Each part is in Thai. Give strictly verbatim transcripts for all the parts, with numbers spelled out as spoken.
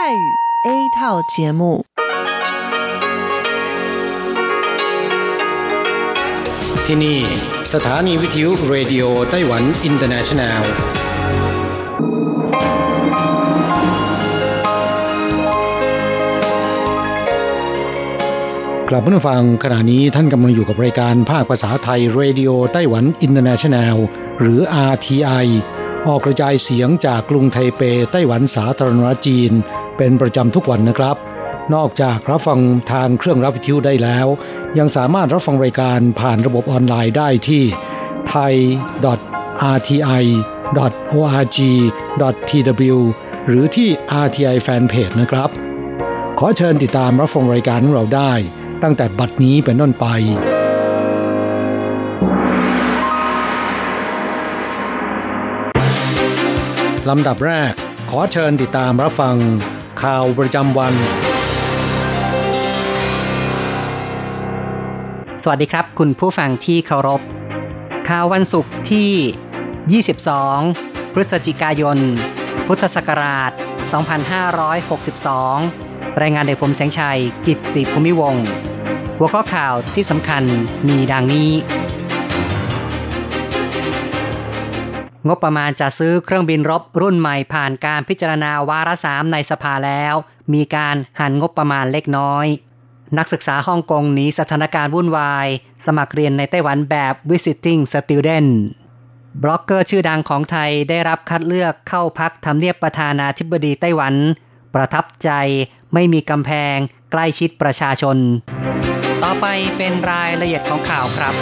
泰语 A 套节目ที่นี่สถานีวิทยุเรดิโอไต้หวันอินเตอร์เนชั่นแนลกลับมาฟังขณะนี้ท่านกำลังอยู่กับรายการภาคภาษาไทยเรดิโอไต้หวันอินเตอร์เนชั่นแนลหรือ อาร์ ที ไอ ออกกระจายเสียงจากกรุงไทเปไต้หวันสาธารณรัฐจีนเป็นประจำทุกวันนะครับนอกจากรับฟังทางเครื่องรับวิทยุได้แล้วยังสามารถรับฟังรายการผ่านระบบออนไลน์ได้ที่ ไทย ดอท อาร์ ที ไอ ดอท โอ อาร์ จี ดอท ที ดับเบิลยู หรือที่ อาร์ ที ไอ Fanpage นะครับขอเชิญติดตามรับฟังรายการของเราได้ตั้งแต่บัดนี้เป็นต้นไปลำดับแรกขอเชิญติดตามรับฟังข่าวประจำวันสวัสดีครับคุณผู้ฟังที่เคารพข่าววันศุกร์ที่ยี่สิบสองพฤศจิกายนพุทธศักราชสองพันห้าร้อยหกสิบสองรายงานโดยผมแสงชัยกิตติภูมิวงศ์หัวข้อข่าวที่สำคัญมีดังนี้งบประมาณจัดซื้อเครื่องบินรบรุ่นใหม่ผ่านการพิจารณาวาระสามในสภาแล้วมีการหันงบประมาณเล็กน้อยนักศึกษาฮ่องกงหนีสถานการณ์วุ่นวายสมัครเรียนในไต้หวันแบบ Visiting Student บล็อกเกอร์ชื่อดังของไทยได้รับคัดเลือกเข้าพักทำเนียบประธานาธิบดีไต้หวันประทับใจไม่มีกำแพงใกล้ชิดประชาชนต่อไปเป็นรายละเอียดของข่าวครับ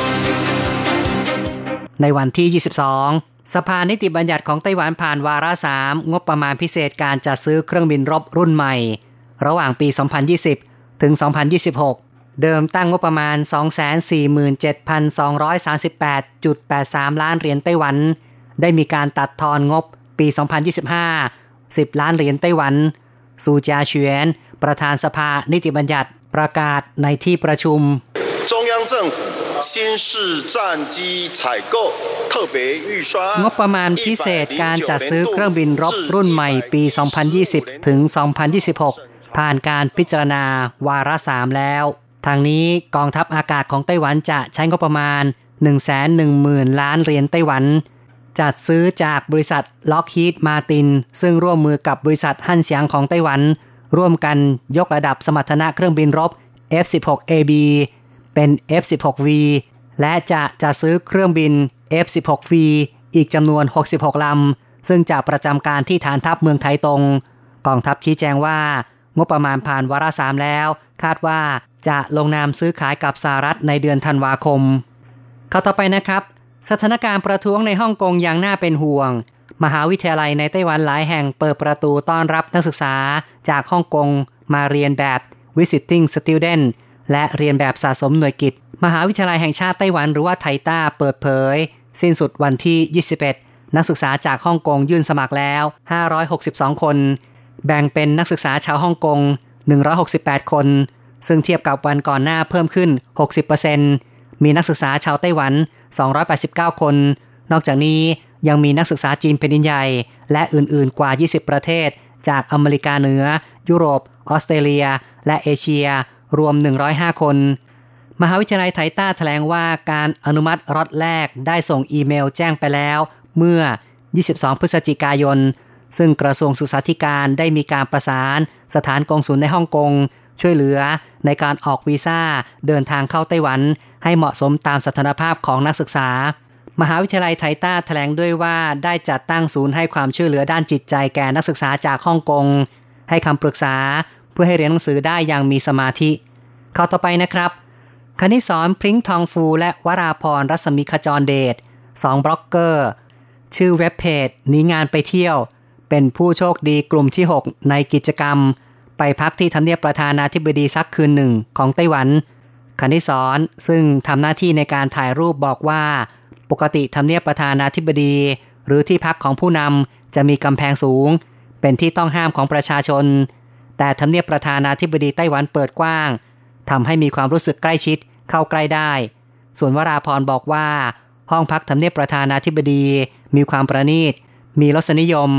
ในวันที่ยี่สิบสองสภานิติบัญญัติของไต้หวันผ่านวาระสามงบประมาณพิเศษการจัดซื้อเครื่องบินรบรุ่นใหม่ระหว่างปีสองพันยี่สิบถึงสองพันยี่สิบหกเดิมตั้งงบประมาณ สองแสนสี่หมื่นเจ็ดพันสองร้อยสามสิบแปดจุดแปดสาม ล้านเหรียญไต้หวันได้มีการตัดทอนงบปีสองพันยี่สิบห้า สิบล้านเหรียญไต้หวันซูจาเฉียนประธานสภานิติบัญญัติประกาศในที่ประชุม中央政府新式战机采购特别预算งบประมาณพิเศษการจัดซื้อเครื่องบินรบรุ่นใหม่ปีสองพันยี่สิบถึงสองพันยี่สิบหกผ่านการพิจารณาวาระสามแล้วทางนี้กองทัพอากาศของไต้หวันจะใช้งบประมาณ หนึ่งแสนหนึ่งหมื่น ล้านเหรียญไต้หวันจัดซื้อจากบริษัท Lockheed Martin ซึ่งร่วมมือกับบริษัทฮั่นเสียงของไต้หวันร่วมกันยกระดับสมรรถนะเครื่องบินรบ เอฟ สิบหก เอ บี เป็น เอฟ สิบหก วี และจะจัดซื้อเครื่องบิน เอฟ สิบหก วี อีกจำนวนหกสิบหกลำซึ่งจะประจำการที่ฐานทัพเมืองไทตงกองทัพชี้แจงว่างบประมาณผ่านวาระสามแล้วคาดว่าจะลงนามซื้อขายกับสหรัฐในเดือนธันวาคมเข้าต่อไปนะครับสถานการณ์ประท้วงในฮ่องกงยังน่าเป็นห่วงมหาวิทยาลัยในไต้หวันหลายแห่งเปิดประตูต้อนรับนักศึกษาจากฮ่องกงมาเรียนแบบ Visiting Student และเรียนแบบสะสมหน่วยกิตมหาวิทยาลัยแห่งชาติไต้หวันหรือว่าไทต้าเปิดเผยสิ้นสุดวันที่ยี่สิบเอ็ดนักศึกษาจากฮ่องกงยื่นสมัครแล้วห้าร้อยหกสิบสองคนแบ่งเป็นนักศึกษาชาวฮ่องกงหนึ่งร้อยหกสิบแปดคนซึ่งเทียบกับวันก่อนหน้าเพิ่มขึ้น หกสิบเปอร์เซ็นต์ มีนักศึกษาชาวไต้หวันสองร้อยแปดสิบเก้าคนนอกจากนี้ยังมีนักศึกษาจีนแผ่นดินใหญ่และอื่นๆกว่ายี่สิบประเทศจากอเมริกาเหนือยุโรปออสเตรเลียและเอเชียรวมหนึ่งร้อยห้าคนมหาวิทยาลัยไทต้าแถลงว่าการอนุมัติล็อตแรกได้ส่งอีเมลแจ้งไปแล้วเมื่อยี่สิบสองพฤศจิกายนซึ่งกระทรวงศึกษาธิการได้มีการประสานสถานกงสุลในฮ่องกงช่วยเหลือในการออกวีซ่าเดินทางเข้าไต้หวันให้เหมาะสมตามสถานภาพของนักศึกษามหาวิทยาลัยไทต้าแถลงด้วยว่าได้จัดตั้งศูนย์ให้ความช่วยเหลือด้านจิตใจแก่นักศึกษาจากฮ่องกงให้คำปรึกษาเพื่อให้เรียนหนังสือได้อย่างมีสมาธิเข้าต่อไปนะครับคณิสรพริ้งทองฟูและวราพรรัศมีขจรเดชสองบล็อกเกอร์ชื่อเว็บเพจหนีงานไปเที่ยวเป็นผู้โชคดีกลุ่มที่หกในกิจกรรมไปพักที่ทำเนียบประธานาธิบดีสักคืนหนึ่งของไต้หวันคณิสรซึ่งทำหน้าที่ในการถ่ายรูปบอกว่าปกติทำเนียบประธานาธิบดีหรือที่พักของผู้นำจะมีกำแพงสูงเป็นที่ต้องห้ามของประชาชนแต่ทำเนียบประธานาธิบดีไต้หวันเปิดกว้างทำให้มีความรู้สึกใกล้ชิดเข้าใกล้ได้ส่วนวราพรบอกว่าห้องพักทำเนียบประธานาธิบดีมีความประณีตมีรสนิยม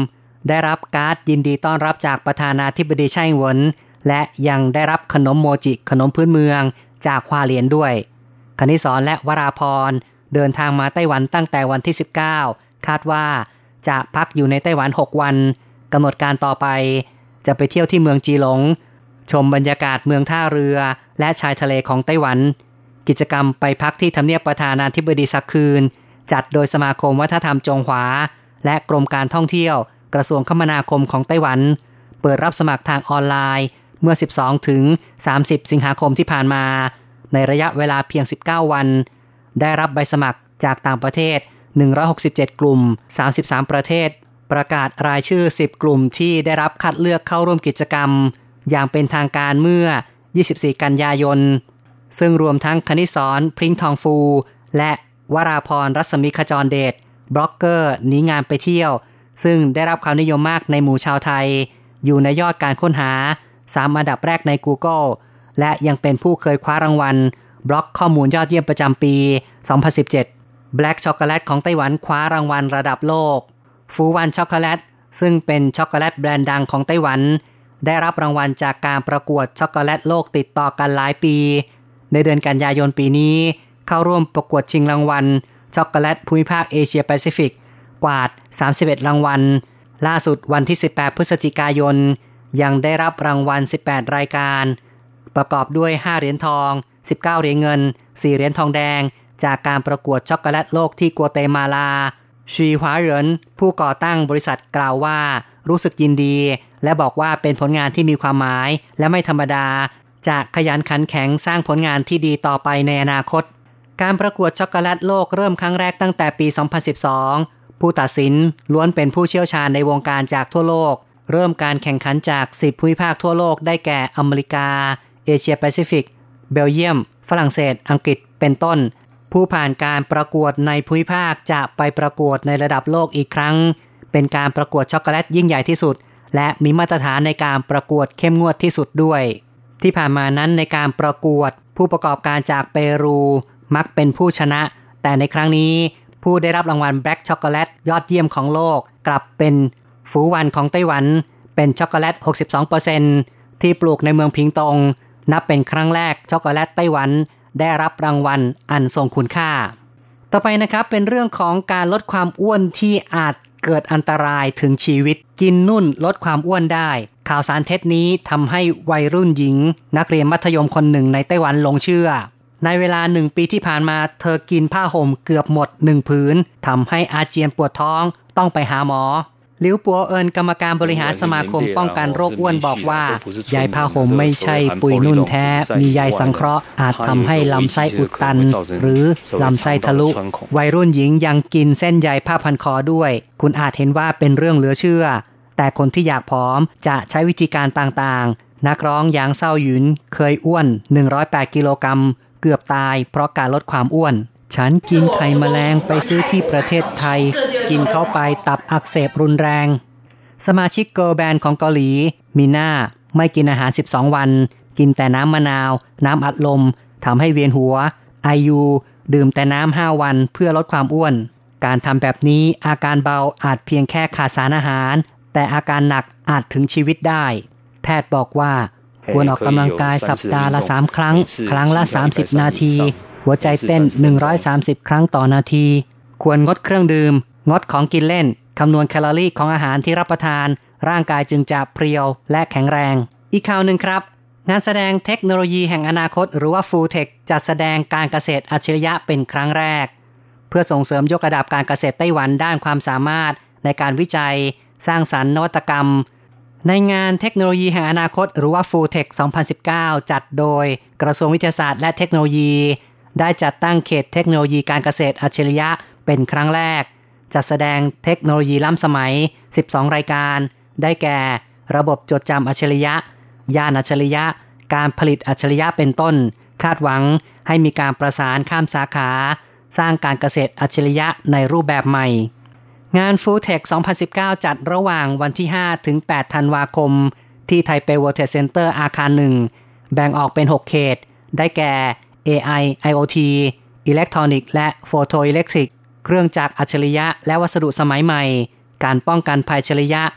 ได้รับการ์ดยินดีต้อนรับจากประธานาธิบดีไช่อิงเหวินและยังได้รับขนมโมจิขนมพื้นเมืองจากฮวาเหลียนด้วยคณิศรและวราพรเดินทางมาไต้หวันตั้งแต่วันที่สิบเก้าคาดว่าจะพักอยู่ในไต้หวันหกวันกำหนดการต่อไปจะไปเที่ยวที่เมืองจีหลงชมบรรยากาศเมืองท่าเรือและชายทะเลของไต้หวันกิจกรรมไปพักที่ทำเนียบประธานาธิบดีสักคืนจัดโดยสมาคมวัฒนธรรมจงหวาและกรมการท่องเที่ยวกระทรวงคมนาคมของไต้หวันเปิดรับสมัครทางออนไลน์เมื่อสิบสองถึงสามสิบสิงหาคมที่ผ่านมาในระยะเวลาเพียงสิบเก้าวันได้รับใบสมัครจากต่างประเทศหนึ่งร้อยหกสิบเจ็ดกลุ่มสามสิบสามประเทศประกาศรายชื่อสิบกลุ่มที่ได้รับคัดเลือกเข้าร่วมกิจกรรมอย่างเป็นทางการเมื่อยี่สิบสี่กันยายนซึ่งรวมทั้งคณิศรพริ้งทองฟูและวราพรรัศมีขจรเดชบล็อกเกอร์หนีงานไปเที่ยวซึ่งได้รับความนิยมมากในหมู่ชาวไทยอยู่ในยอดการค้นหาสามอันดับแรกใน Google และยังเป็นผู้เคยคว้ารางวัลบล็อกข้อมูลยอดเยี่ยมประจำปีสองพันสิบเจ็ด Black Chocolate ของไต้หวันคว้ารางวัลระดับโลกฟูวันช็อกโกแลตซึ่งเป็นช็อกโกแลตแบรนด์ดังของไต้หวันได้รับรางวัลจากการประกวดช็อกโกแลตโลกติดต่อกันหลายปีในเดือนกันยายนปีนี้เข้าร่วมประกวดชิงรางวัลช็อกโกแลตภูมิภาคเอเชียแปซิฟิกกวาดสามสิบเอ็ดรางวัลล่าสุดวันที่สิบแปดพฤศจิกายนยังได้รับรางวัลสิบแปดรายการประกอบด้วยห้าเหรียญทองสิบเก้าเหรียญเงินสี่เหรียญทองแดงจากการประกวดช็อกโกแลตโลกที่กัวเตมาลาชีหวาเหรินผู้ก่อตั้งบริษัทกล่าวว่ารู้สึกยินดีและบอกว่าเป็นผลงานที่มีความหมายและไม่ธรรมดาจะขยันขันแข็งสร้างผลงานที่ดีต่อไปในอนาคตการประกวดช็อกโกแลตโลกเริ่มครั้งแรกตั้งแต่ปีสองพันสิบสองผู้ตัดสินล้วนเป็นผู้เชี่ยวชาญในวงการจากทั่วโลกเริ่มการแข่งขันจากสิบภูมิภาคทั่วโลกได้แก่อเมริกาเอเชียแปซิฟิกเบลเยียมฝรั่งเศสอังกฤษเป็นต้นผู้ผ่านการประกวดในภูมิภาคจะไปประกวดในระดับโลกอีกครั้งเป็นการประกวดช็อกโกแลตยิ่งใหญ่ที่สุดและมีมาตรฐานในการประกวดเข้มงวดที่สุดด้วยที่ผ่านมานั้นในการประกวดผู้ประกอบการจากเปรูมักเป็นผู้ชนะแต่ในครั้งนี้ผู้ได้รับรางวัล Black Chocolate ยอดเยี่ยมของโลกกลับเป็นฟูวันของไต้หวันเป็นช็อกโกแลต หกสิบสองเปอร์เซ็นต์ ที่ปลูกในเมืองพิงตงนับเป็นครั้งแรกช็อกโกแลตไต้หวันได้รับรางวัลอันทรงคุณค่าต่อไปนะครับเป็นเรื่องของการลดความอ้วนที่อาจเกิดอันตรายถึงชีวิตกินนุ่นลดความอ้วนได้ข่าวสารเท็จนี้ทำให้วัยรุ่นหญิงนักเรียนมัธยมคนหนึ่งในไต้หวันหลงเชื่อในเวลาหนึ่งปีที่ผ่านมาเธอกินผ้าห่มเกือบหมดหนึ่งผืนทำให้อาเจียนปวดท้องต้องไปหาหมอลิวปัวเอินกรรมการบริหารสมาคมป้องกันโรคอ้วนบอกว่าใยผ้าห่มไม่ใช่ปุยนุ่นแท้มีใยสังเคราะห์อาจทำให้ลำไส้อุดตันหรือลำไส้ทะลุวัยรุ่นหญิงยังกินเส้นใยผ้าพันคอด้วยคุณอาจเห็นว่าเป็นเรื่องเหลือเชื่อแต่คนที่อยากผอมจะใช้วิธีการต่างๆนักร้องหยางเซาหยุนเคยอ้วนหนึ่งร้อยแปดกิโลกรัมเกือบตายเพราะการลดความอ้วนฉันกินไข่แมลงไปซื้อที่ประเทศไทยกินเข้าไปตับอักเสบรุนแรงสมาชิกเกิร์ลแบนด์ของเกาหลีมีน่าไม่กินอาหารสิบสองวันกินแต่น้ำมะนาวน้ำอัดลมทำให้เวียนหัวไอยูดื่มแต่น้ำห้าวันเพื่อลดความอ้วนการทำแบบนี้อาการเบาอาจเพียงแค่ขาดสารอาหารแต่อาการหนักอาจถึงชีวิตได้แพทย์บอกว่าควรออกกำลังกายสัปดาห์ละสามครั้งครั้งละสามสิบนาทีหัวใจเต้นหนึ่งร้อยสามสิบครั้งต่อนาทีควรงดเครื่องดื่มงดของกินเล่นคำนวณแคลอรี่ของอาหารที่รับประทานร่างกายจึงจะเพรียวและแข็งแรงอีกข่าวหนึ่งครับงานแสดงเทคโนโลยีแห่งอนาคตหรือว่า Fulltech จัดแสดงการเกษตรอัจฉริยะเป็นครั้งแรกเพื่อส่งเสริมยกระดับการเกษตรไต้หวันด้านความสามารถในการวิจัยสร้างสรรค์นวัตกรรมในงานเทคโนโลยีแห่งอนาคตหรือว่า Fulltech สองพันสิบเก้าจัดโดยกระทรวงวิทยาศาสตร์และเทคโนโลยีได้จัดตั้งเขตเทคโนโลยีการเกษตรอัจฉริยะเป็นครั้งแรกจัดแสดงเทคโนโลยีล้ำสมัยสิบสองรายการได้แก่ระบบจดจำอัจฉริยะยานอัจฉริยะการผลิตอัจฉริยะเป็นต้นคาดหวังให้มีการประสานข้ามสาขาสร้างการเกษตรอัจฉริยะในรูปแบบใหม่งาน Fulltech สองพันสิบเก้าจัดระหว่างวันที่ห้าถึงแปดธันวาคมที่ไทเป World Trade Center อาคารหนึ่งแบ่งออกเป็นหกเขตได้แก่ เอ ไอ ไอ โอ ที อิเล็กทรอนิกส์และโฟโตอิเล็กทริกเครื่องจักรอัจฉริยะและวัสดุสมัยใหม่การป้องกันภัยอัจฉริยะ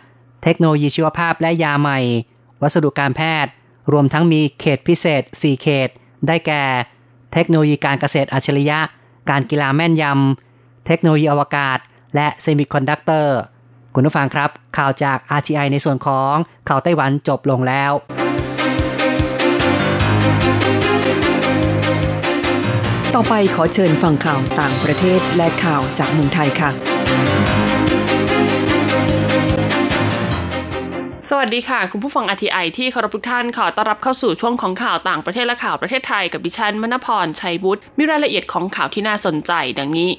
เทคโนโลยีชีวภาพและยาใหม่วัสดุการแพทย์รวมทั้งมีเขตพิเศษสี่เขตได้แก่เทคโนโลยีการเกษตรอัจฉริยะการกีฬาแม่นยำเทคโนโลยีอวกาศและเซมิคอนดักเตอร์คุณผู้ฟังครับข่าวจาก อาร์ ที ไอ ในส่วนของข่าวไต้หวันจบลงแล้วต่อไปขอเชิญฟังข่าวต่างประเทศและข่าวจากเมืองไทยค่ะสวัสดีค่ะคุณผู้ฟัง อาร์ ที ไอ ที่เคารพทุกท่านขอต้อนรับเข้าสู่ช่วงของข่าวต่างประเทศและข่าวประเทศไทยกับดิฉันมณพรชัยวุฒิมีรายละเอียดของข่าวที่น่าสนใจดังนี้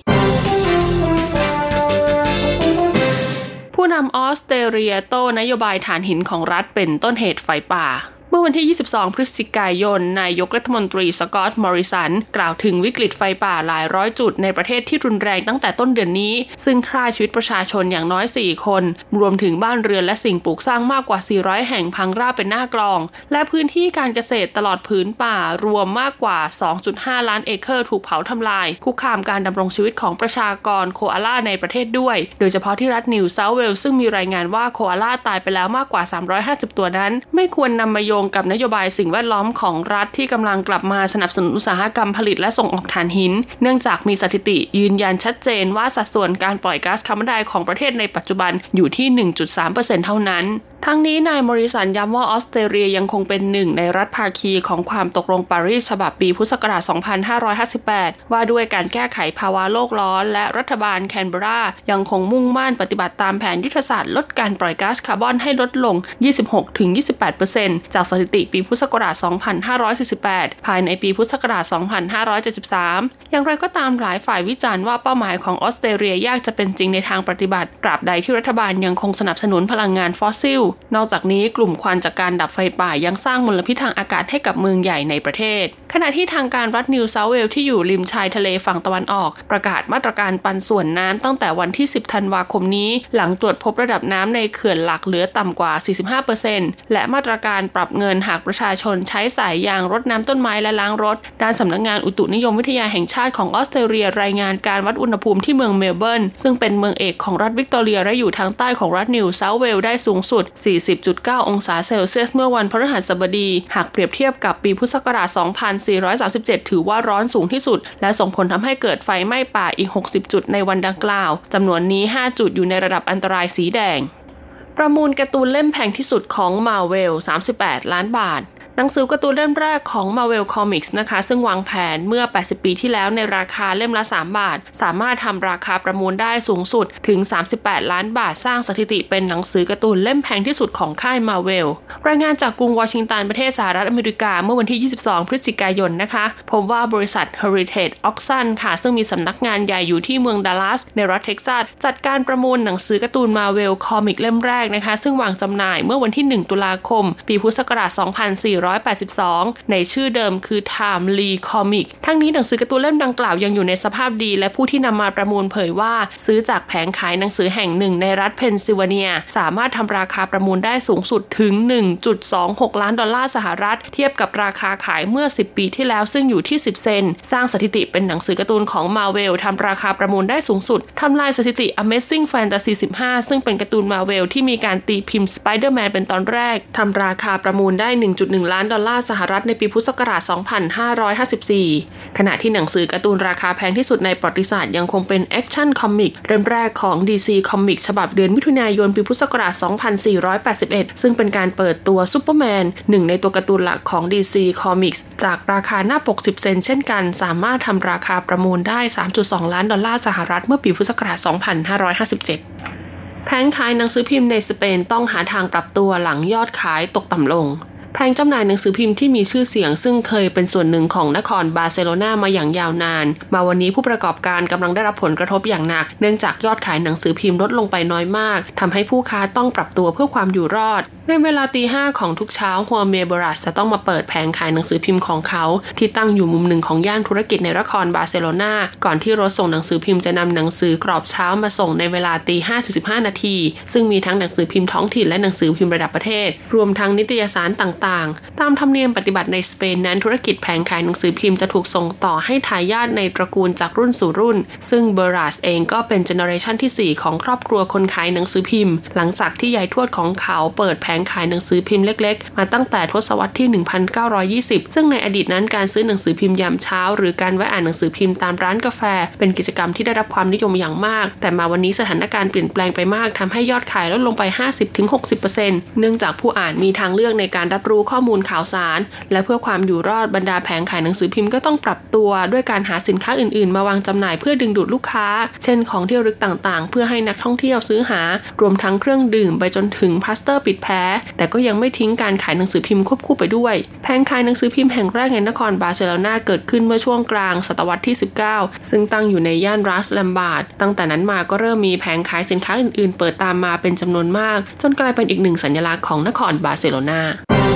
ผู้นำออสเตรเลียโต้นโยบายถ่านหินของรัฐเป็นต้นเหตุไฟป่าเมื่อวันที่ยี่สิบสองพฤศจิกายนนายกรัฐมนตรีสกอตต์มอริสันกล่าวถึงวิกฤตไฟป่าหลายร้อยจุดในประเทศที่รุนแรงตั้งแต่ต้นเดือนนี้ซึ่งฆ่าชีวิตประชาชนอย่างน้อยสี่คนรวมถึงบ้านเรือนและสิ่งปลูกสร้างมากกว่าสี่ร้อยแห่งพังราบเป็นหน้ากลองและพื้นที่การเกษตรตลอดผืนป่ารวมมากกว่า สองจุดห้า ล้านเอเคอร์ถูกเผาทำลายคุกคามการดำรงชีวิตของประชากรโคอาล่าในประเทศด้วยโดยเฉพาะที่รัฐนิวเซาท์เวลส์ซึ่งมีรายงานว่าโคอาล่าตายไปแล้วมากกว่าสามร้อยห้าสิบตัวนั้นไม่ควรนำมาโยงกับนโยบายสิ่งแวดล้อมของรัฐที่กำลังกลับมาสนับสนุนอุตสาหกรรมผลิตและส่งออกถ่านหินเนื่องจากมีสถิติยืนยันชัดเจนว่าสัดส่วนการปล่อยก๊าซคาร์บอนไดออกไซด์ของประเทศในปัจจุบันอยู่ที่ หนึ่งจุดสามเปอร์เซ็นต์ เท่านั้นทั้งนี้นายมอริสันย้ำว่าออสเตรเลียยังคงเป็นหนึ่งในรัฐภาคีของความตกลงปารีสฉบับปีพุทธศักราช สองพันห้าร้อยห้าสิบแปด ว่าด้วยการแก้ไขภาวะโลกร้อนและรัฐบาลแคนเบรายังคงมุ่งมั่นปฏิบัติตามแผนยุทธศาสตร์ลดการปล่อยก๊าซคาร์บอนให้ลดลง ยี่สิบหกถึงยี่สิบแปดเปอร์เซ็นต์ จากสถิติปีพุทธศักราช สองพันห้าร้อยสี่สิบแปด ภายในปีพุทธศักราช สองพันห้าร้อยเจ็ดสิบสาม อย่างไรก็ตามหลายฝ่ายวิจารณ์ว่าเป้าหมายของออสเตรเลียยากจะเป็นจริงในทางปฏิบัติตราบใดที่รัฐบาลยังคงสนับสนุนพลังงานฟอสซิลนอกจากนี้กลุ่มควันจากการดับไฟป่ายังสร้างมลพิษทางอากาศให้กับเมืองใหญ่ในประเทศขณะที่ทางการรัฐนิวเซาท์เวลส์ที่อยู่ริมชายทะเลฝั่งตะวันออกประกาศมาตรการปันส่วนน้ำตั้งแต่วันที่สิบธันวาคมนี้หลังตรวจพบระดับน้ำในเขื่อนหลักเหลือต่ำกว่า สี่สิบห้าเปอร์เซ็นต์ และมาตรการปรับเงินหากประชาชนใช้สายยางรดน้ำต้นไม้และล้างรถด้านสำนักงานอุตุนิยมวิทยาแห่งชาติของออสเตรเลียรายงานการวัดอุณหภูมิที่เมืองเมลเบิร์นซึ่งเป็นเมืองเอกของรัฐวิกตอเรียและอยู่ทางใต้ของรัฐนิวเซาท์เวลส์ได้สูงสุด สี่สิบจุดเก้า องศาเซลเซียสเมื่อวันพฤหัสบดีหากเปรียบเทียบกับปีพุทธศักราช สองพันสี่ร้อยสามสิบเจ็ด ถือว่าร้อนสูงที่สุดและส่งผลทำให้เกิดไฟไหม้ป่าอีกหกสิบจุดในวันดังกล่าวจำนวนนี้ห้าจุดอยู่ในระดับอันตรายสีแดงประมูลการ์ตูนเล่มแพงที่สุดของ Marvel สามสิบแปด ล้านบาทหนังสือการ์ตูนเล่มแรกของ Marvel Comics นะคะซึ่งวางแผนเมื่อแปดสิบปีที่แล้วในราคาเล่มละสามบาทสามารถทำราคาประมูลได้สูงสุดถึงสามสิบแปดล้านบาทสร้างสถิติเป็นหนังสือการ์ตูนเล่มแพงที่สุดของค่าย Marvel รายงานจากกรุงวอชิงตันประเทศสหรัฐอเมริกาเมื่อวันที่ยี่สิบสองพฤศจิกายนนะคะพบว่าบริษัท Heritage Auction ค่ะซึ่งมีสำนักงานใหญ่อยู่ที่เมืองดัลลัสในรัฐเท็กซัสจัดการประมูลหนังสือการ์ตูน Marvel Comics เล่มแรกนะคะซึ่งวางจำหน่ายเมื่อวันที่หนึ่งตุลาคมปีพุทธศักราช สองพันสี่ร้อยแปดสิบสองในชื่อเดิมคือ Timely Comic ทั้งนี้หนังสือการ์ตูนเล่มดังกล่าวยังอยู่ในสภาพดีและผู้ที่นำมาประมูลเผยว่าซื้อจากแผงขายหนังสือแห่งหนึ่งในรัฐเพนซิลเวเนียสามารถทำราคาประมูลได้สูงสุดถึง หนึ่งจุดสองหก ล้านดอลลาร์สหรัฐเทียบกับราคาขายเมื่อสิบปีที่แล้วซึ่งอยู่ที่สิบเซนต์สร้างสถิติเป็นหนังสือการ์ตูนของ Marvel ทำราคาประมูลได้สูงสุดทำลายสถิติ Amazing Fantasy สิบห้าซึ่งเป็นการ์ตูน Marvel ที่มีการตีพิมพ์ Spider-Man เป็นตอนแรกทำราคาประมูลได้ หนึ่งจุดหนึ่ง ล้านดอลลาร์สหรัฐในปีพุทธศักราช สองพันห้าร้อยห้าสิบสี่ ขณะที่หนังสือการ์ตูนราคาแพงที่สุดในประวัติศาสตร์ยังคงเป็น Action Comic เล่มแรกของ ดี ซี Comics ฉบับเดือนมิถุนายนปีพุทธศักราช สองพันสี่ร้อยแปดสิบเอ็ด ซึ่งเป็นการเปิดตัวซูเปอร์แมนหนึ่งในตัวการ์ตูนหลักของ ดี ซี Comics จากราคาหน้าปกสิบเซนต์เช่นกันสามารถทำราคาประมูลได้ สามจุดสอง ล้านดอลลาร์สหรัฐเมื่อปีพุทธศักราช สองพันห้าร้อยห้าสิบเจ็ด แผงขายหนังสือพิมพ์ในสเปนต้องหาทางปรับตัวหลังยอดขายตกต่ำลงแผงจำหน่ายหนังสือพิมพ์ที่มีชื่อเสียงซึ่งเคยเป็นส่วนหนึ่งของนครบาร์เซโลนามาอย่างยาวนานมาวันนี้ผู้ประกอบการกำลังได้รับผลกระทบอย่างหนักเนื่องจากยอดขายหนังสือพิมพ์ลดลงไปน้อยมากทำให้ผู้ค้าต้องปรับตัวเพื่อความอยู่รอดในเวลาตีห้าของทุกเช้าฮัวเมเบรัสจะต้องมาเปิดแผงขายหนังสือพิมพ์ของเขาที่ตั้งอยู่มุมหนึ่งของย่านธุรกิจในนครบาร์เซโลนาก่อนที่รถส่งหนังสือพิมพ์จะนำหนังสือกรอบเช้ามาส่งในเวลาตีห้าสี่สิบห้านาทีซึ่งมีทั้งหนังสือพิมพ์ท้องถิ่นและหนังสือพิมพ์ระดับประเทศรวมทั้งนิตยสารต่ต่างๆตามธรรมเนียมปฏิบัติในสเปนนั้นธุรกิจแผงขายหนังสือพิมพ์จะถูกส่งต่อให้ทายาทในตระกูลจากรุ่นสู่รุ่นซึ่งเบอราสเองก็เป็นเจเนอเรชันที่สี่ของครอบครัวคนขายหนังสือพิมพ์หลังจากที่ยายทวดของเขาเปิดแผงขายหนังสือพิมพ์เล็กๆมาตั้งแต่ทศวรรษที่หนึ่งพันเก้าร้อยยี่สิบซึ่งในอดีตนั้นการซื้อหนังสือพิมพ์ยามเช้าหรือการแวะอ่านหนังสือพิมพ์ตามร้านกาแฟเป็นกิจกรรมที่ได้รับความนิยมอย่างมากแต่มาวันนี้สถานการณ์เปลี่ยนแปลงไปมากทำให้ยอดขายลดลงไป ห้าสิบถึงหกสิบเปอร์เซ็นต์ เนื่องจากผู้อ่านมีทางเลือกในการรับรู้ข้อมูลข่าวสารและเพื่อความอยู่รอดบรรดาแผงขายหนังสือพิมพ์ก็ต้องปรับตัวด้วยการหาสินค้าอื่นๆมาวางจำหน่ายเพื่อดึงดูดลูกค้าเช่นของที่ระลึกต่างๆเพื่อให้นักท่องเที่ยวซื้อหารวมทั้งเครื่องดื่มไปจนถึงพลาสเตอร์ปิดแผลแต่ก็ยังไม่ทิ้งการขายหนังสือพิมพ์ควบคู่ไปด้วยแผงขายหนังสือพิมพ์แห่งแรกในนครบาร์เซโลนาเกิดขึ้นเมื่อช่วงกลางศตวรรษที่สิบเก้าซึ่งตั้งอยู่ในย่านรัสแลมบาร์ดตั้งแต่นั้นมาก็เริ่มมีแผงขายสินค้าอื่นๆเปิดตามมาเป็นจำนวนมากจนกลายเป็นอีกหนึ่งสัญลักษณ์ของนครบาร์เซโลนา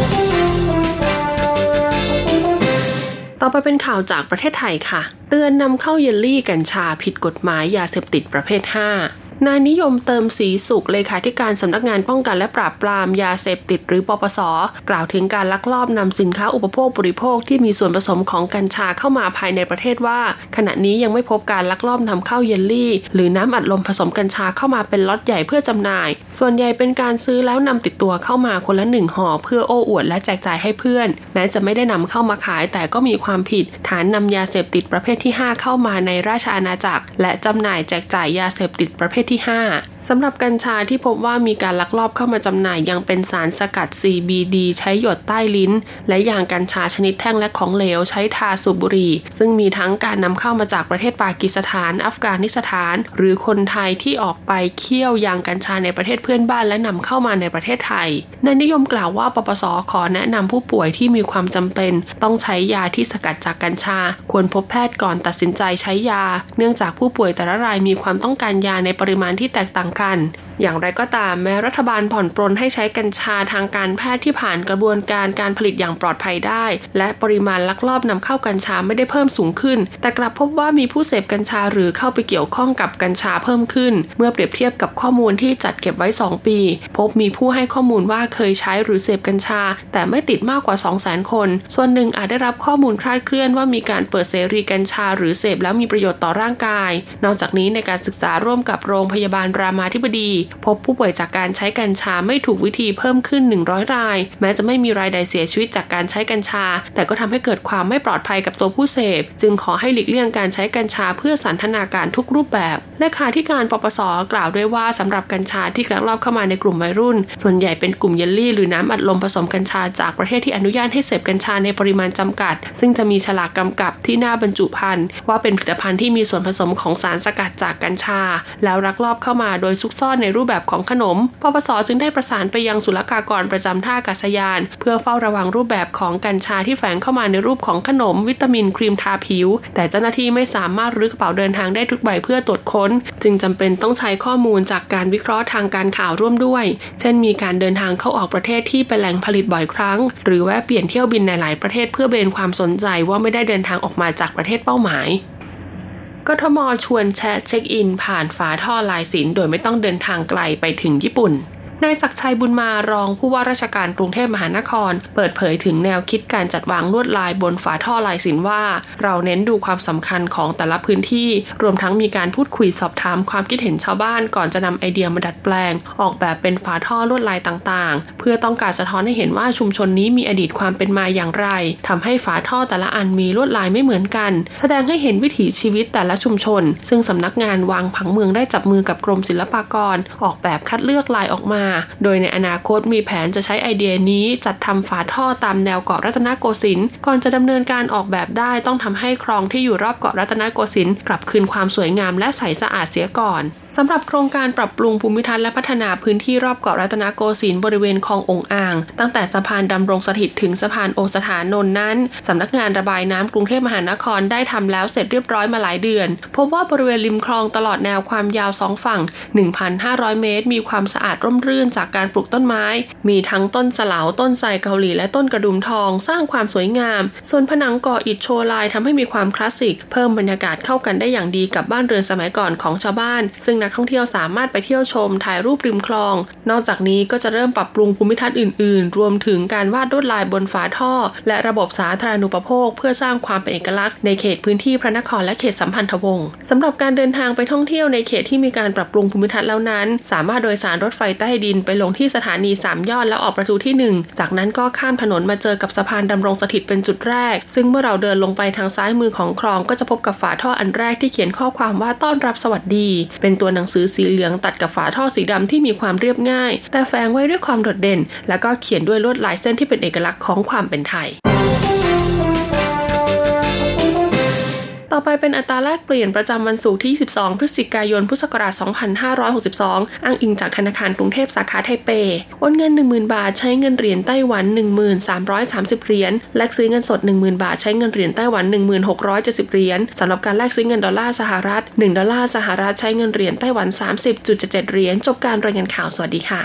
ต่อไปเป็นข่าวจากประเทศไทยค่ะเตือนนำเข้าเยลลี่กัญชาผิดกฎหมายยาเสพติดประเภทห้านายนิยมเติมศรีสุขเลขาธิการสำนักงานป้องกันและปราบปรามยาเสพติดหรือปปส.กล่าวถึงการลักลอบนำสินค้าอุปโภคบริโภคที่มีส่วนผสมของกัญชาเข้ามาภายในประเทศว่าขณะนี้ยังไม่พบการลักลอบนำเข้าเยลลี่หรือน้ำอัดลมผสมกัญชาเข้ามาเป็นล็อตใหญ่เพื่อจำหน่ายส่วนใหญ่เป็นการซื้อแล้วนำติดตัวเข้ามาคนละหนึ่งห่อเพื่อโอ้อวดและแจกจ่ายให้เพื่อนแม้จะไม่ได้นำเข้ามาขายแต่ก็มีความผิดฐานนำยาเสพติดประเภทที่ห้าเข้ามาในราชอาณาจักรและจำหน่ายแจกจ่ายยาเสพติดประเภทที่ห้าสำหรับกัญชาที่พบว่ามีการลักลอบเข้ามาจำหน่ายยังเป็นสารสกัด ซี บี ดี ใช้หยดใต้ลิ้นและยางกัญชาชนิดแท่งและของเหลวใช้ทาสูบบุหรี่ซึ่งมีทั้งการนำเข้ามาจากประเทศปากีสถานอัฟกานิสถานหรือคนไทยที่ออกไปเคี่ยวยางกัญชาในประเทศเพื่อนบ้านและนำเข้ามาในประเทศไทยนายนิยมกล่าวว่าปปส.ขอแนะนำผู้ป่วยที่มีความจำเป็นต้องใช้ยาที่สกัดจากกัญชาควรพบแพทย์ก่อนตัดสินใจใช้ยาเนื่องจากผู้ป่วยแต่ละรายมีความต้องการยาในปริมาณที่แตกต่างกันอย่างไรก็ตามแม้รัฐบาลผ่อนปรนให้ใช้กัญชาทางการแพทย์ที่ผ่านกระบวนการการผลิตอย่างปลอดภัยได้และปริมาณลักลอบนำเข้ากัญชาไม่ได้เพิ่มสูงขึ้นแต่กลับพบว่ามีผู้เสพกัญชาหรือเข้าไปเกี่ยวข้องกับกัญชาเพิ่มขึ้นเมื่อเปรียบเทียบกับข้อมูลที่จัดเก็บไว้สองปีพบมีผู้ให้ข้อมูลว่าเคยใช้หรือเสพกัญชาแต่ไม่ติดมากกว่า สองแสน คนส่วนหนึ่งอาจได้รับข้อมูลคลาดเคลื่อนว่ามีการเปิดเสรีกัญชาหรือเสพแล้วมีประโยชน์ต่อร่างกายนอกจากนี้ในการศึกษาร่วมกับโรงพยาบาลรามาธิบดีพบผู้ป่วยจากการใช้กัญชาไม่ถูกวิธีเพิ่มขึ้นหนึ่งร้อยรายแม้จะไม่มีรายใดเสียชีวิตจากการใช้กัญชาแต่ก็ทำให้เกิดความไม่ปลอดภัยกับตัวผู้เสพจึงขอให้หลีกเลี่ยงการใช้กัญชาเพื่อสันทนาการทุกรูปแบบเลขาธิการปปส.กล่าวด้วยว่าสำหรับกัญชาที่ลักลอบเข้ามาในกลุ่มวัยรุ่นส่วนใหญ่เป็นกลุ่มเยลลี่หรือน้ำอัดลมผสมกัญชาจากประเทศที่อนุญาตให้เสพกัญชาในปริมาณจำกัดซึ่งจะมีฉลากกำกับที่หน้าบรรจุภัณฑ์ว่าเป็นผลิตภัณฑ์ที่มีส่วนผสมของสารสกัดจากกัญชาแล้วลักลอบเข้ามาโดยซุกซ่อนในรูปแบบของขนมปปส.จึงได้ประสานไปยังศุลกากรประจำท่าอากาศยานเพื่อเฝ้าระวังรูปแบบของกัญชาที่แฝงเข้ามาในรูปของขนมวิตามินครีมทาผิวแต่เจ้าหน้าที่ไม่สามารถรื้อกระเป๋าเดินทางได้ทุกใบเพื่อตรวจค้นจึงจำเป็นต้องใช้ข้อมูลจากการวิเคราะห์ทางการข่าวร่วมด้วยเช่นมีการเดินทางเข้าออกประเทศที่เป็นแหล่งผลิตบ่อยครั้งหรือแวะเปลี่ยนเที่ยวบินในหลายประเทศเพื่อเบนความสนใจว่าไม่ได้เดินทางออกมาจากประเทศเป้าหมายกทม.ชวนแชะเช็คอินผ่านฝาท่อลายศิลป์โดยไม่ต้องเดินทางไกลไปถึงญี่ปุ่นนายศักดิ์ชัยบุญมารองผู้ว่าราชการกรุงเทพมหานครเปิดเผยถึงแนวคิดการจัดวางลวดลายบนฝาท่อลายศิลป์ว่าเราเน้นดูความสำคัญของแต่ละพื้นที่รวมทั้งมีการพูดคุยสอบถามความคิดเห็นชาวบ้านก่อนจะนำไอเดียมาดัดแปลงออกแบบเป็นฝาท่อลวดลายต่างๆเพื่อต้องการสะท้อนให้เห็นว่าชุมชนนี้มีอดีตความเป็นมาอย่างไรทำให้ฝาท่อแต่ละอันมีลวดลายไม่เหมือนกันแสดงให้เห็นวิถีชีวิตแต่ละชุมชนซึ่งสำนักงานวางผังเมืองได้จับมือกับกรมศิลปากรออกแบบคัดเลือกลายออกมาโดยในอนาคตมีแผนจะใช้ไอเดียนี้จัดทำฝาท่อตามแนวเกาะรัตนโกสินทร์ก่อนจะดำเนินการออกแบบได้ต้องทำให้คลองที่อยู่รอบเกาะรัตนโกสินทร์กลับคืนความสวยงามและใสสะอาดเสียก่อนสำหรับโครงการปรับปรุงภูมิทัศน์และพัฒนาพื้นที่รอบเกาะรัตนโกสินทร์บริเวณคลององอ่างตั้งแต่สะพานดำรงสถิตถึงสะพานโอสถานนท์นั้นสำนักงานระบายน้ำกรุงเทพมหานครได้ทำแล้วเสร็จเรียบร้อยมาหลายเดือนพบว่าบริเวณริมคลองตลอดแนวความยาวสองฝั่ง หนึ่งพันห้าร้อย เมตรมีความสะอาดร่มรื่นจากการปลูกต้นไม้มีทั้งต้นสะเหลาต้นไทรเกาหลีและต้นกระดุมทองสร้างความสวยงามส่วนผนังก่ออิฐโชว์ลายทำให้มีความคลาสสิกเพิ่มบรรยากาศเข้ากันได้อย่างดีกับบ้านเรือนสมัยก่อนของชาวบ้านซึ่งนักท่องเที่ยวสามารถไปเที่ยวชมถ่ายรูปริมคลองนอกจากนี้ก็จะเริ่มปรับปรุงภูมิทัศน์อื่นๆรวมถึงการวาดลวดลายบนฝาท่อและระบบสาธารณูปโภคเพื่อสร้างความเป็นเอกลักษณ์ในเขตพื้นที่พระนครและเขตสัมพันธวงศ์สำหรับการเดินทางไปท่องเที่ยวในเขตที่มีการปรับปรุงภูมิทัศน์แล้วนั้นสามารถโดยสารรถไฟใต้ดินไปลงที่สถานีสามยอดแล้วออกประตูที่หนึ่งจากนั้นก็ข้ามถนนมาเจอกับสะพานดำรงสถิตเป็นจุดแรกซึ่งเมื่อเราเดินลงไปทางซ้ายมือของคลองก็จะพบกับฝาท่ออันแรกที่เขียนข้อความว่าต้อนรับสวัสดีเป็นตัวหนังสือสีเหลืองตัดกับฝาท่อสีดำที่มีความเรียบง่ายแต่แฝงไว้ด้วยความโดดเด่นแล้วก็เขียนด้วยลวดลายเส้นที่เป็นเอกลักษณ์ของความเป็นไทยต่อไปเป็นอัตราแลกเปลี่ยนประจำวันศุกร์ที่ยี่สิบสองพฤศจิกายนพุทธศักราชสองพันห้าร้อยหกสิบสองอ้างอิงจากธนาคารกรุงเทพสาขาไทเปโอนเงิน หนึ่งหมื่น บาทใช้เงินเหรียญไต้หวัน หนึ่งพันสามร้อยสามสิบ เหรียญแลกซื้อเงินสด หนึ่งหมื่น บาทใช้เงินเหรียญไต้หวัน หนึ่งพันหกร้อยเจ็ดสิบ เหรียญสำหรับการแลกซื้อเงินดอลลาร์สหรัฐหนึ่งดอลลาร์สหรัฐใช้เงินเหรียญไต้หวัน สามสิบจุดเจ็ดเจ็ด เหรียญจบการรายงานข่าวสวัสดีค่ะ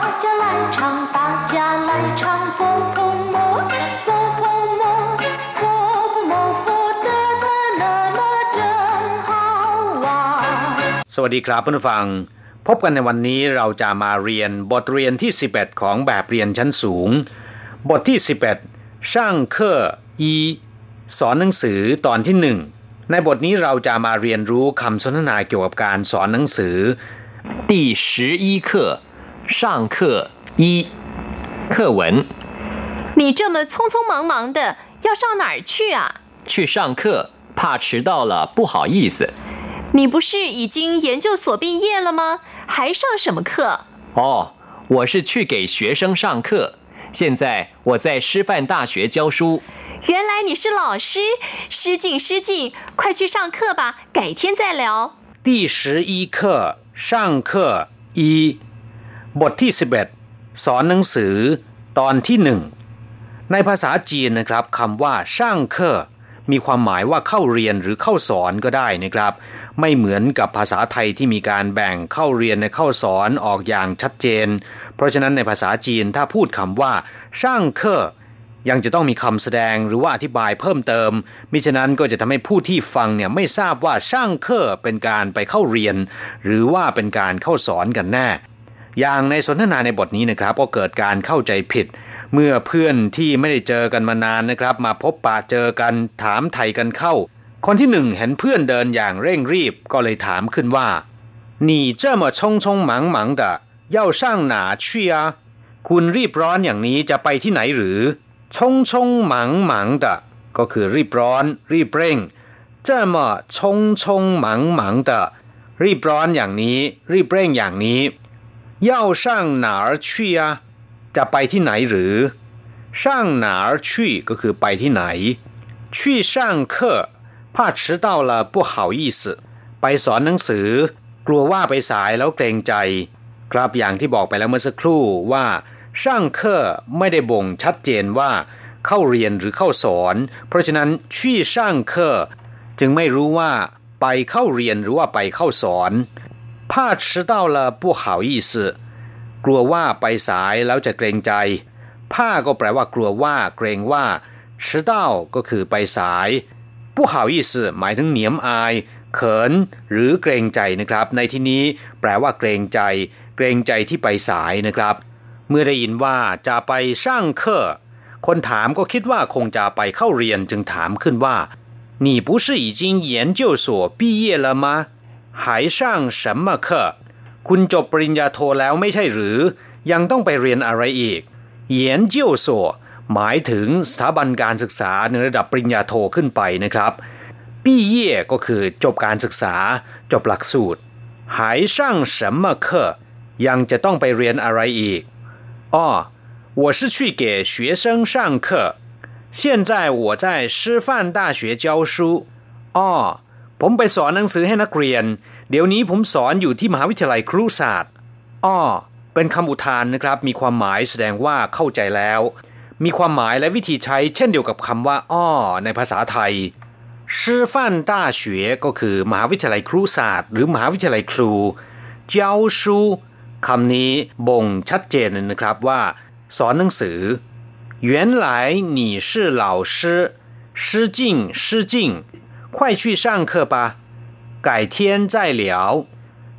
สวัสดีครับผู้ฟังพบกันในวันนี้เราจะมาเรียนบทเรียนที่สิบเอ็ดของแบบเรียนชั้นสูงบทที่สิบเอ็ดช่างเคออีสอนหนังสือตอนที่หนึ่งในบทนี้เราจะมาเรียนรู้คำสนทนาเกี่ยวกับการสอนหนังสือ第十一课上课一课文你这么匆匆忙忙的要上哪儿去啊去上课怕迟到了不好意思你不是已经研究所毕业了吗？还上什么课？ 哦，我是去给学生上课。现在我在师范大学教书。 原来你是老师，失敬失敬，快去上课吧，改天再聊。 第十一课上课一บทที่สิบเอ็ดสอนหนังสือตอนที่หนึ่งในภาษาจีนนะครับคำว่าช่างเคอมีความหมายว่าเข้าเรียนหรือเข้าสอนก็ได้นะครับไม่เหมือนกับภาษาไทยที่มีการแบ่งเข้าเรียนในเข้าสอนออกอย่างชัดเจนเพราะฉะนั้นในภาษาจีนถ้าพูดคำว่าช่างเคอยังจะต้องมีคำแสดงหรือว่าอธิบายเพิ่มเติมมิฉะนั้นก็จะทำให้ผู้ที่ฟังเนี่ยไม่ทราบว่าช่างเคอเป็นการไปเข้าเรียนหรือว่าเป็นการเข้าสอนกันแน่อย่างในสนทนาในบทนี้นะครับก็เกิดการเข้าใจผิดเมื่อเพื่อนที่ไม่ได้เจอกันมานานนะครับมาพบปะเจอกันถามไถ่กันเข้าคนที่หนึ่งเห็นเพื่อนเดินอย่างเร่งรีบก็เลยถามขึ้นว่า你这么匆匆忙忙的要上哪去啊คุณรีบร้อนอย่างนี้จะไปที่ไหนหรือ匆匆忙忙的ก็คือรีบร้อนรีบเร่ง这么匆匆忙忙的รีบร้อนอย่างนี้รีบเร่งอย่างนี้要上哪儿去啊จะไปที่ไหนหรือ上哪儿去ก็คือไปที่ไหน去上课怕迟到了不好意思ไปสอนหนังสือกลัวว่าไปสายแล้วเกรงใจครับอย่างที่บอกไปแล้วเมื่อสักครู่ว่าช่างเคอไม่ได้บ่งชัดเจนว่าเข้าเรียนหรือเข้าสอนเพราะฉะนั้นชี่ช่างเคอจึงไม่รู้ว่าไปเข้าเรียนหรือว่าไปเข้าสอน怕迟到了不好意思กลัวว่าไปสายแล้วจะเกรงใจผ้าก็แปลว่ากลัวว่าเกรงว่า迟到ก็คือไปสาย不好意思หมายถึงเหนียมอายเขินหรือเกรงใจนะครับในที่นี้แปลว่าเกรงใจเกรงใจที่ไปสายนะครับเมื่อได้ยินว่าจะไปช่างเคอคนถามก็คิดว่าคงจะไปเข้าเรียนจึงถามขึ้นว่า你不是已经研究所毕业了吗还上什么课คุณจบปริญญาโทแล้วไม่ใช่หรือยังต้องไปเรียนอะไรอีกเยียนเจี้ยวโซหมายถึงสถาบันการศึกษาในระดับปริญญาโทขึ้นไปนะครับปี่เย่ก็คือจบการศึกษาจบหลักสูตร还上什么课ยังจะต้องไปเรียนอะไรอีกอ๋อ我是去给学生上课现在我在师范大学教书อ๋อผมไปสอนหนังสือให้นักเรียนเดี๋ยวนี้ผมสอนอยู่ที่มหาวิทยาลัยครุศาสตร์อ้อเป็นคำอุทานนะครับมีความหมายแสดงว่าเข้าใจแล้วมีความหมายและวิธีใช้เช่นเดียวกับคำว่าอ้อในภาษาไทยชื่อฟั่นต้าเฉวยก็คือมหาวิทยาลัยครุศาสตร์หรือมหาวิทยาลัยครูเจ้าชูคำนี้บ่งชัดเจนนะครับว่าสอนหนังสือ原来你是老师失敬失敬快去上课吧改天再聊แ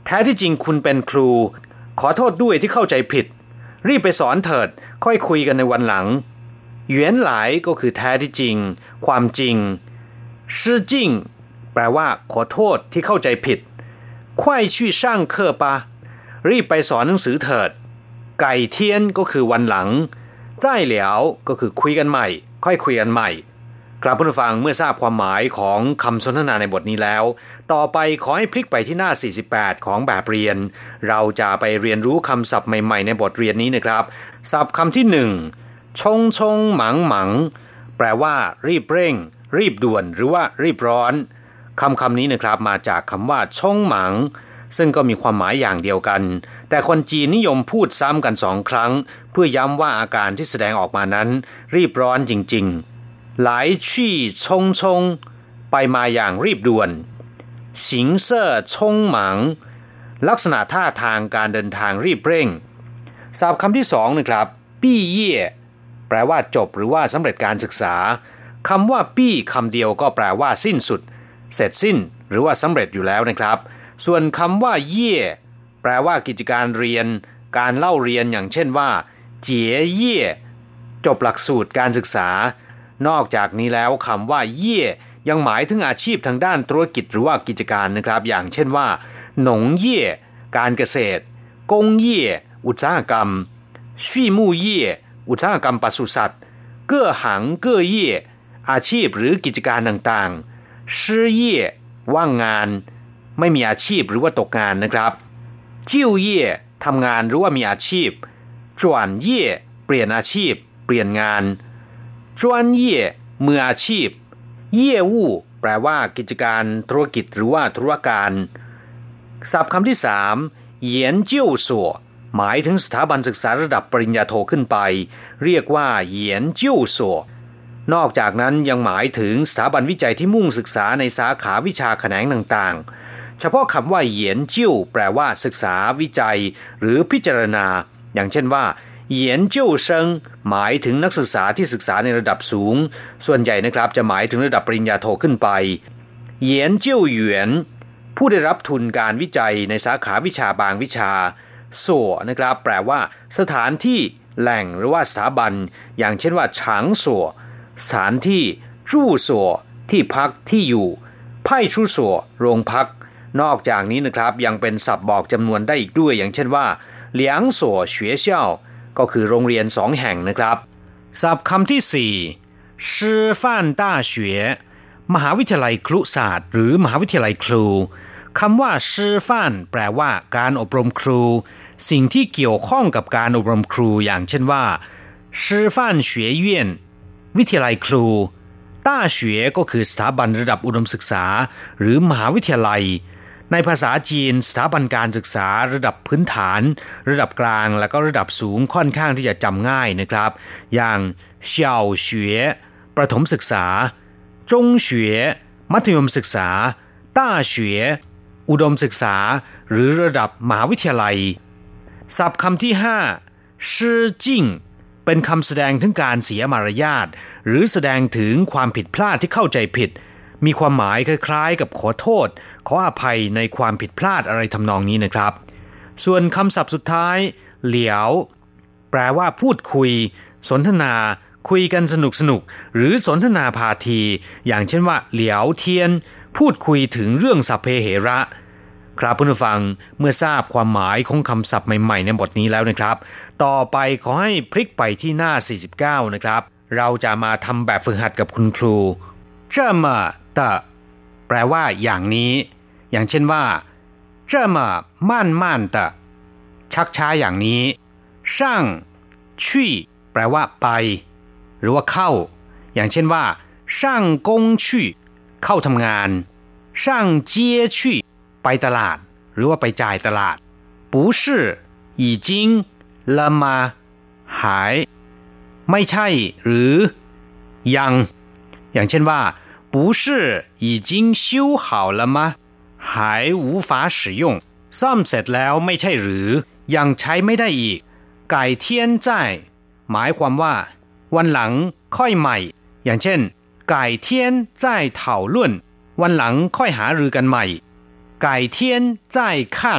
แท้ที่จริงคุณเป็นครูขอโทษด้วยที่เข้าใจผิดรีบไปสอนเถิดค่อยคุยกันในวันหลังหยวนหลายก็คือแท้ที่จริงความจริงซื่อจริงแปลว่าขอโทษที่เข้าใจผิด快去上课吧รีบไปสอนหนังสือเถิดไก่เทียนก็คือวันหลังจ้ายเหลียวก็คือคุยกันใหม่ค่อยคุยกันใหม่ครับผู้ฟังเมื่อทราบความหมายของคำสนทนาในบทนี้แล้วต่อไปขอให้พลิกไปที่หน้าสี่สิบแปดของแบบเรียนเราจะไปเรียนรู้คำศัพท์ใหม่ๆในบทเรียนนี้นะครับศัพท์คำที่หนึ่งชงชงหมังหมังแปลว่ารีบเร่งรีบด่วนหรือว่ารีบร้อนคำคำนี้นะครับมาจากคำว่าชงหมังซึ่งก็มีความหมายอย่างเดียวกันแต่คนจีนนิยมพูดซ้ำกันสองครั้งเพื่อย้ำว่าอาการที่แสดงออกมานั้นรีบร้อนจริงๆหลายชี่ชงชงไปมาอย่างรีบด่วนสิงเซ่อชงหมังลักษณะท่าทางการเดินทางรีบเร่งศัพท์คำที่สองนะครับปี้เย่แปลว่าจบหรือว่าสำเร็จการศึกษาคำว่าปี้คำเดียวก็แปลว่าสิ้นสุดเสร็จสิ้นหรือว่าสำเร็จอยู่แล้วนะครับส่วนคำว่าเย่แปลว่ากิจการเรียนการเล่าเรียนอย่างเช่นว่าเจี๋ยเย่จบหลักสูตรการศึกษานอกจากนี้แล้วคำว่าเย่ยังหมายถึงอาชีพทางด้านธุรกิจหรือว่ากิจการนะครับอย่างเช่นว่าหนงเย่การเกษตรกงเย่อุตสาหกรรมชี่มู่เย่อุตสาหกรรมปศุสัตว์เก้อหังเก้อเย่อาชีพหรือกิจการต่างๆชื่อเย่ว่างงานไม่มีอาชีพหรือว่าตกงานนะครับจิ้วเย่ทำงานหรือว่ามีอาชีพจวนเย่เปลี่ยนอาชีพเปลี่ยนงานจวนเย่มืออาชีพเย่วู่แปลว่ากิจการธุรกิจหรือว่าธุรการศัพท์คำที่สามเหยียนเจิ้วสัวหมายถึงสถาบันศึกษาระดับปริญญาโทขึ้นไปเรียกว่าเหยียนเจิ้วสัวนอกจากนั้นยังหมายถึงสถาบันวิจัยที่มุ่งศึกษาในสาขาวิชาแขนงต่างๆเฉพาะคำว่าเหยียนจิ้วแปลว่าศึกษาวิจัยหรือพิจารณาอย่างเช่นว่าเหยียนจิ้วเซิงหมายถึงนักศึกษาที่ศึกษาในระดับสูงส่วนใหญ่นะครับจะหมายถึงระดับปริญญาโทขึ้นไปเหยียนจิ้วหยวนผู้ได้รับทุนการวิจัยในสาขาวิชาบางวิชาสัวนะครับแปลว่าสถานที่แหล่งหรือว่าสถาบันอย่างเช่นว่าฉางสัวสถานที่จู้สัวที่พักที่อยู่ไพ่ชู่สัวโรงพักนอกจากนี้นะครับยังเป็นศัพท์บอกจำนวนได้อีกด้วยอย่างเช่นว่าเหลียงสัวเฉวยเซี่ยวก็คือโรงเรียนสองแห่งนะครับศัพท์คำที่สี่ชื่อฟ่านต้าเฉวยมหาวิทยาลัยครุศาสตร์หรือมหาวิทยาลัยครูคำว่าชื่อฟ่านแปลว่าการอบรมครูสิ่งที่เกี่ยวข้องกับการอบรมครูอย่างเช่นว่าชื่อฟ่านเฉวยเยี่ยนวิทยาลัยครูต้าเฉวยก็คือสถาบันระดับอุดมศึกษาหรือมหาวิทยาลัยในภาษาจีนสถาบันการศึกษาระดับพื้นฐานระดับกลางและก็ระดับสูงค่อนข้างที่จะจำง่ายนะครับอย่างเฉียวเฉวยประถมศึกษาจงเฉวยมัธยมศึกษาต้าเฉวยอุดมศึกษาหรือระดับมหาวิทยาลัยศัพท์คำที่ห้าชื่อจิ้งเป็นคำแสดงถึงการเสียมารยาทหรือแสดงถึงความผิดพลาดที่เข้าใจผิดมีความหมายคล้ายๆกับขอโทษขออภัยในความผิดพลาดอะไรทำนองนี้นะครับส่วนคำศัพท์สุดท้ายเหลียวแปลว่าพูดคุยสนทนาคุยกันสนุกสนุกหรือสนทนาพาทีอย่างเช่นว่าเหลียวเทียนพูดคุยถึงเรื่องสัพเพเหระครับผู้ฟังเมื่อทราบความหมายของคำศัพท์ใหม่ๆในบทนี้แล้วนะครับต่อไปขอให้พลิกไปที่หน้าสี่สิบเก้านะครับเราจะมาทำแบบฝึกหัดกับคุณครู这么的แปลว่าอย่างนี้อย่างเช่นว่า这么慢慢的ชักช้าอย่างนี้上去แปลว่าไปหรือว่าเข้าอย่างเช่นว่า上工去เข้าทำงาน上街去ไปตลาดหรือว่าไปจ่ายตลาด不是已经了吗หายไม่ใช่หรือยังอย่างเช่นว่า不是已经修好了吗还无法使用ซ่อมเสร็จแล้วไม่ใช่หรือยังใช้ไม่ได้อีก改天再หมายความว่าวันหลังค่อยใหม่อย่างเช่น改天再讨论วันหลังค่อยหารือกันใหม่改天再看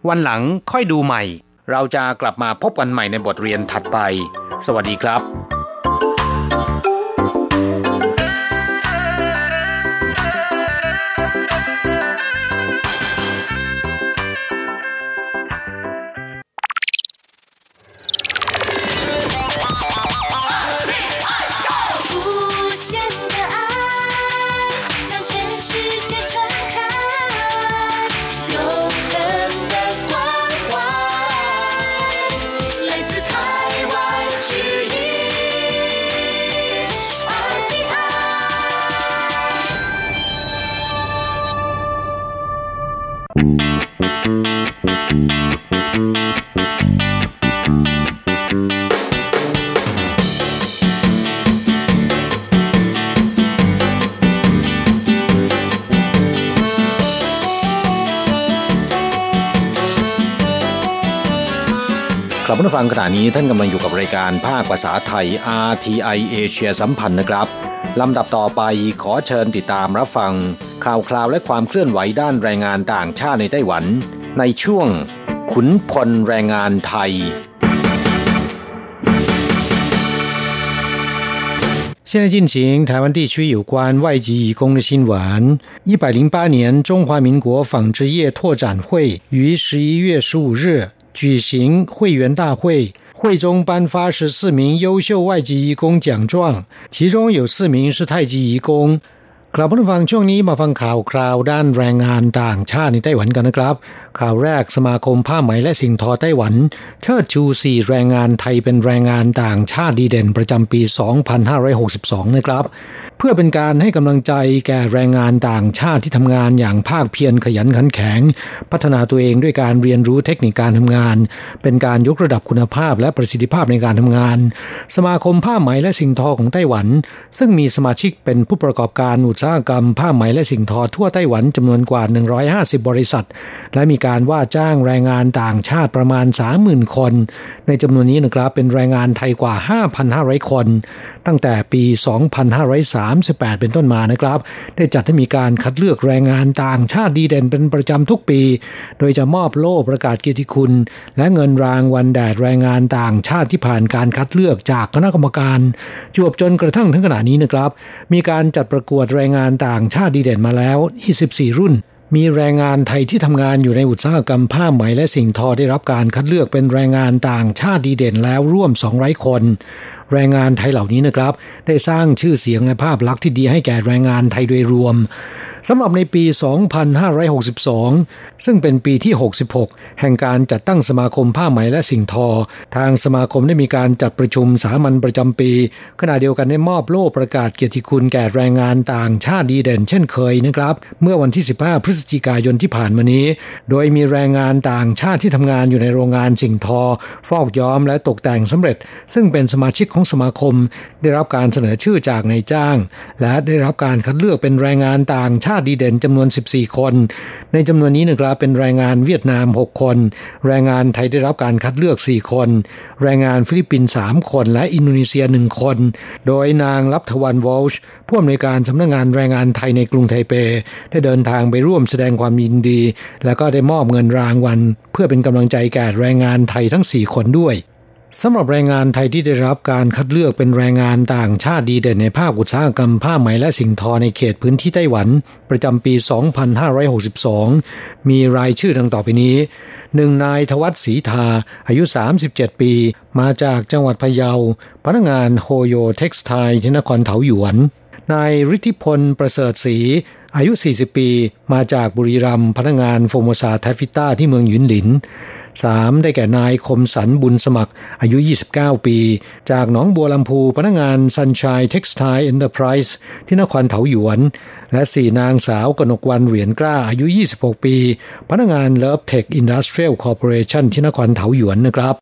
วันหลังค่อยดูใหม่เราจะกลับมาพบกันใหม่ในบทเรียนถัดไปสวัสดีครับครับผู้ฟังขณะนี้ท่านกำลังอยู่กับรายการภาคภาษาไทย อาร์ ที ไอ เอเชียสัมพันธ์นะครับลำดับต่อไปขอเชิญติดตามรับฟังข่าวคราวและความเคลื่อนไหวด้านแรงงานต่างชาติในไต้หวันในช่วงขุนพลแรงงานไทย现在进行台湾地区有关外籍移工的新闻。一百零八年中华民国纺织业拓展会于十一月十五日举行会员大会，会中颁发十四名优秀外籍移工奖状，其中有四名是泰籍移工。ครับผู้ฟังช่วงนี้มาฟังข่าวคราวด้านแรงงานต่างชาติในไต้หวันกันนะครับข่าวแรกสมาคมผ้าไหมและสิ่งทอไต้หวันเชิดชูสี่แรงงานไทยเป็นแรงงานต่างชาติดีเด่นประจำปีสองพันห้าร้อยหกสิบสองนะครับเพื่อเป็นการให้กำลังใจแก่แรงงานต่างชาติที่ทำงานอย่างภาคเพียรขยันขันแข็งพัฒนาตัวเองด้วยการเรียนรู้เทคนิคการทำงานเป็นการยกระดับคุณภาพและประสิทธิภาพในการทำงานสมาคมผ้าไหมและสิ่งทอของไต้หวันซึ่งมีสมาชิกเป็นผู้ประกอบการอุตสาหกรรมผ้าไหมและสิ่งทอทั่วไต้หวันจำนวนกว่าหนึ่งร้อยห้าสิบบริษัทและมีการว่าจ้างแรงงานต่างชาติประมาณ สามหมื่น คนในจำนวนนี้นะครับเป็นแรงงานไทยกว่า ห้าพันห้าร้อย คนตั้งแต่ปีสองพันห้าร้อยสามสิบแปดเป็นต้นมานะครับได้จัดให้มีการคัดเลือกแรงงานต่างชาติดีเด่นเป็นประจำทุกปีโดยจะมอบโล่ประกาศเกียรติคุณและเงินรางวัลแด่แรงงานต่างชาติที่ผ่านการคัดเลือกจากคณะกรรมการจวบจนกระทั่งถึงขณะนี้นะครับมีการจัดประกวดแรงงานต่างชาติดีเด่นมาแล้วยี่สิบสี่รุ่นมีแรงงานไทยที่ทำงานอยู่ในอุตสาหกรรมผ้าไหมและสิ่งทอได้รับการคัดเลือกเป็นแรงงานต่างชาติดีเด่นแล้วร่วมสองร้อยคนแรงงานไทยเหล่านี้นะครับได้สร้างชื่อเสียงและภาพลักษณ์ที่ดีให้แก่แรงงานไทยโดยรวมสำหรับในปีสองพันห้าร้อยหกสิบสองซึ่งเป็นปีที่หกสิบหกแห่งการจัดตั้งสมาคมผ้าไหมและสิ่งทอทางสมาคมได้มีการจัดประชุมสามัญประจำปีขณะเดียวกันได้มอบโล่ประกาศเกียรติคุณแก่แรงงานต่างชาติดีเด่นเช่นเคยนะครับเมื่อวันที่สิบห้าพฤศจิกายนที่ผ่านมานี้โดยมีแรงงานต่างชาติที่ทำงานอยู่ในโรงงานสิ่งทอฟอกย้อมและตกแต่งสำเร็จซึ่งเป็นสมาชิกของสมาคมได้รับการเสนอชื่อจากนายจ้างและได้รับการคัดเลือกเป็นแรงงานต่างชาติดีเด่นจำนวนสิบสี่คนในจำนวนนี้นะครับเป็นแรงงานเวียดนามหกคนแรงงานไทยได้รับการคัดเลือกสี่คนแรงงานฟิลิปปินส์สามคนและอินโดนีเซียหนึ่งคนโดยนางลับทวันวอลช์ผู้อำนวยการสำนักงานแรงงานไทยในกรุงไทเปได้เดินทางไปร่วมแสดงความยินดีและก็ได้มอบเงินรางวัลเพื่อเป็นกำลังใจแก่แรงงานไทยทั้งสี่คนด้วยสำหรับแรงงานไทยที่ได้รับการคัดเลือกเป็นแรงงานต่างชาติดีเด่นในภาคอุตสาหกรรมผ้าไหมและสิ่งทอในเขตพื้นที่ไต้หวันประจำปีสองพันห้าร้อยหกสิบสองมีรายชื่อดังต่อไปนี้หนึ่งนายทวัฒน์ศรีทาอายุสามสิบเจ็ดปีมาจากจังหวัดพะเยาพนักงานโฮโยเท็กซ์ไทล์ที่นครเถาหยวนนายฤทธิพลประเสริฐศรีอายุสี่สิบปีมาจากบุรีรัมย์พนักงานโฟโมซาแทฟฟิต้าที่เมืองหยุนหลินสามได้แก่นายคมสันบุญสมัครอายุยี่สิบเก้าปีจากหนองบัวลำพูพนักงาน Sunshine Textile Enterprise ที่นครเถาหยวนและสี่นางสาวกนกวรรณเหรียญกล้าอายุยี่สิบหกปีพนักงาน Love Tech Industrial Corporation ที่นครเถาหยวนนะครับ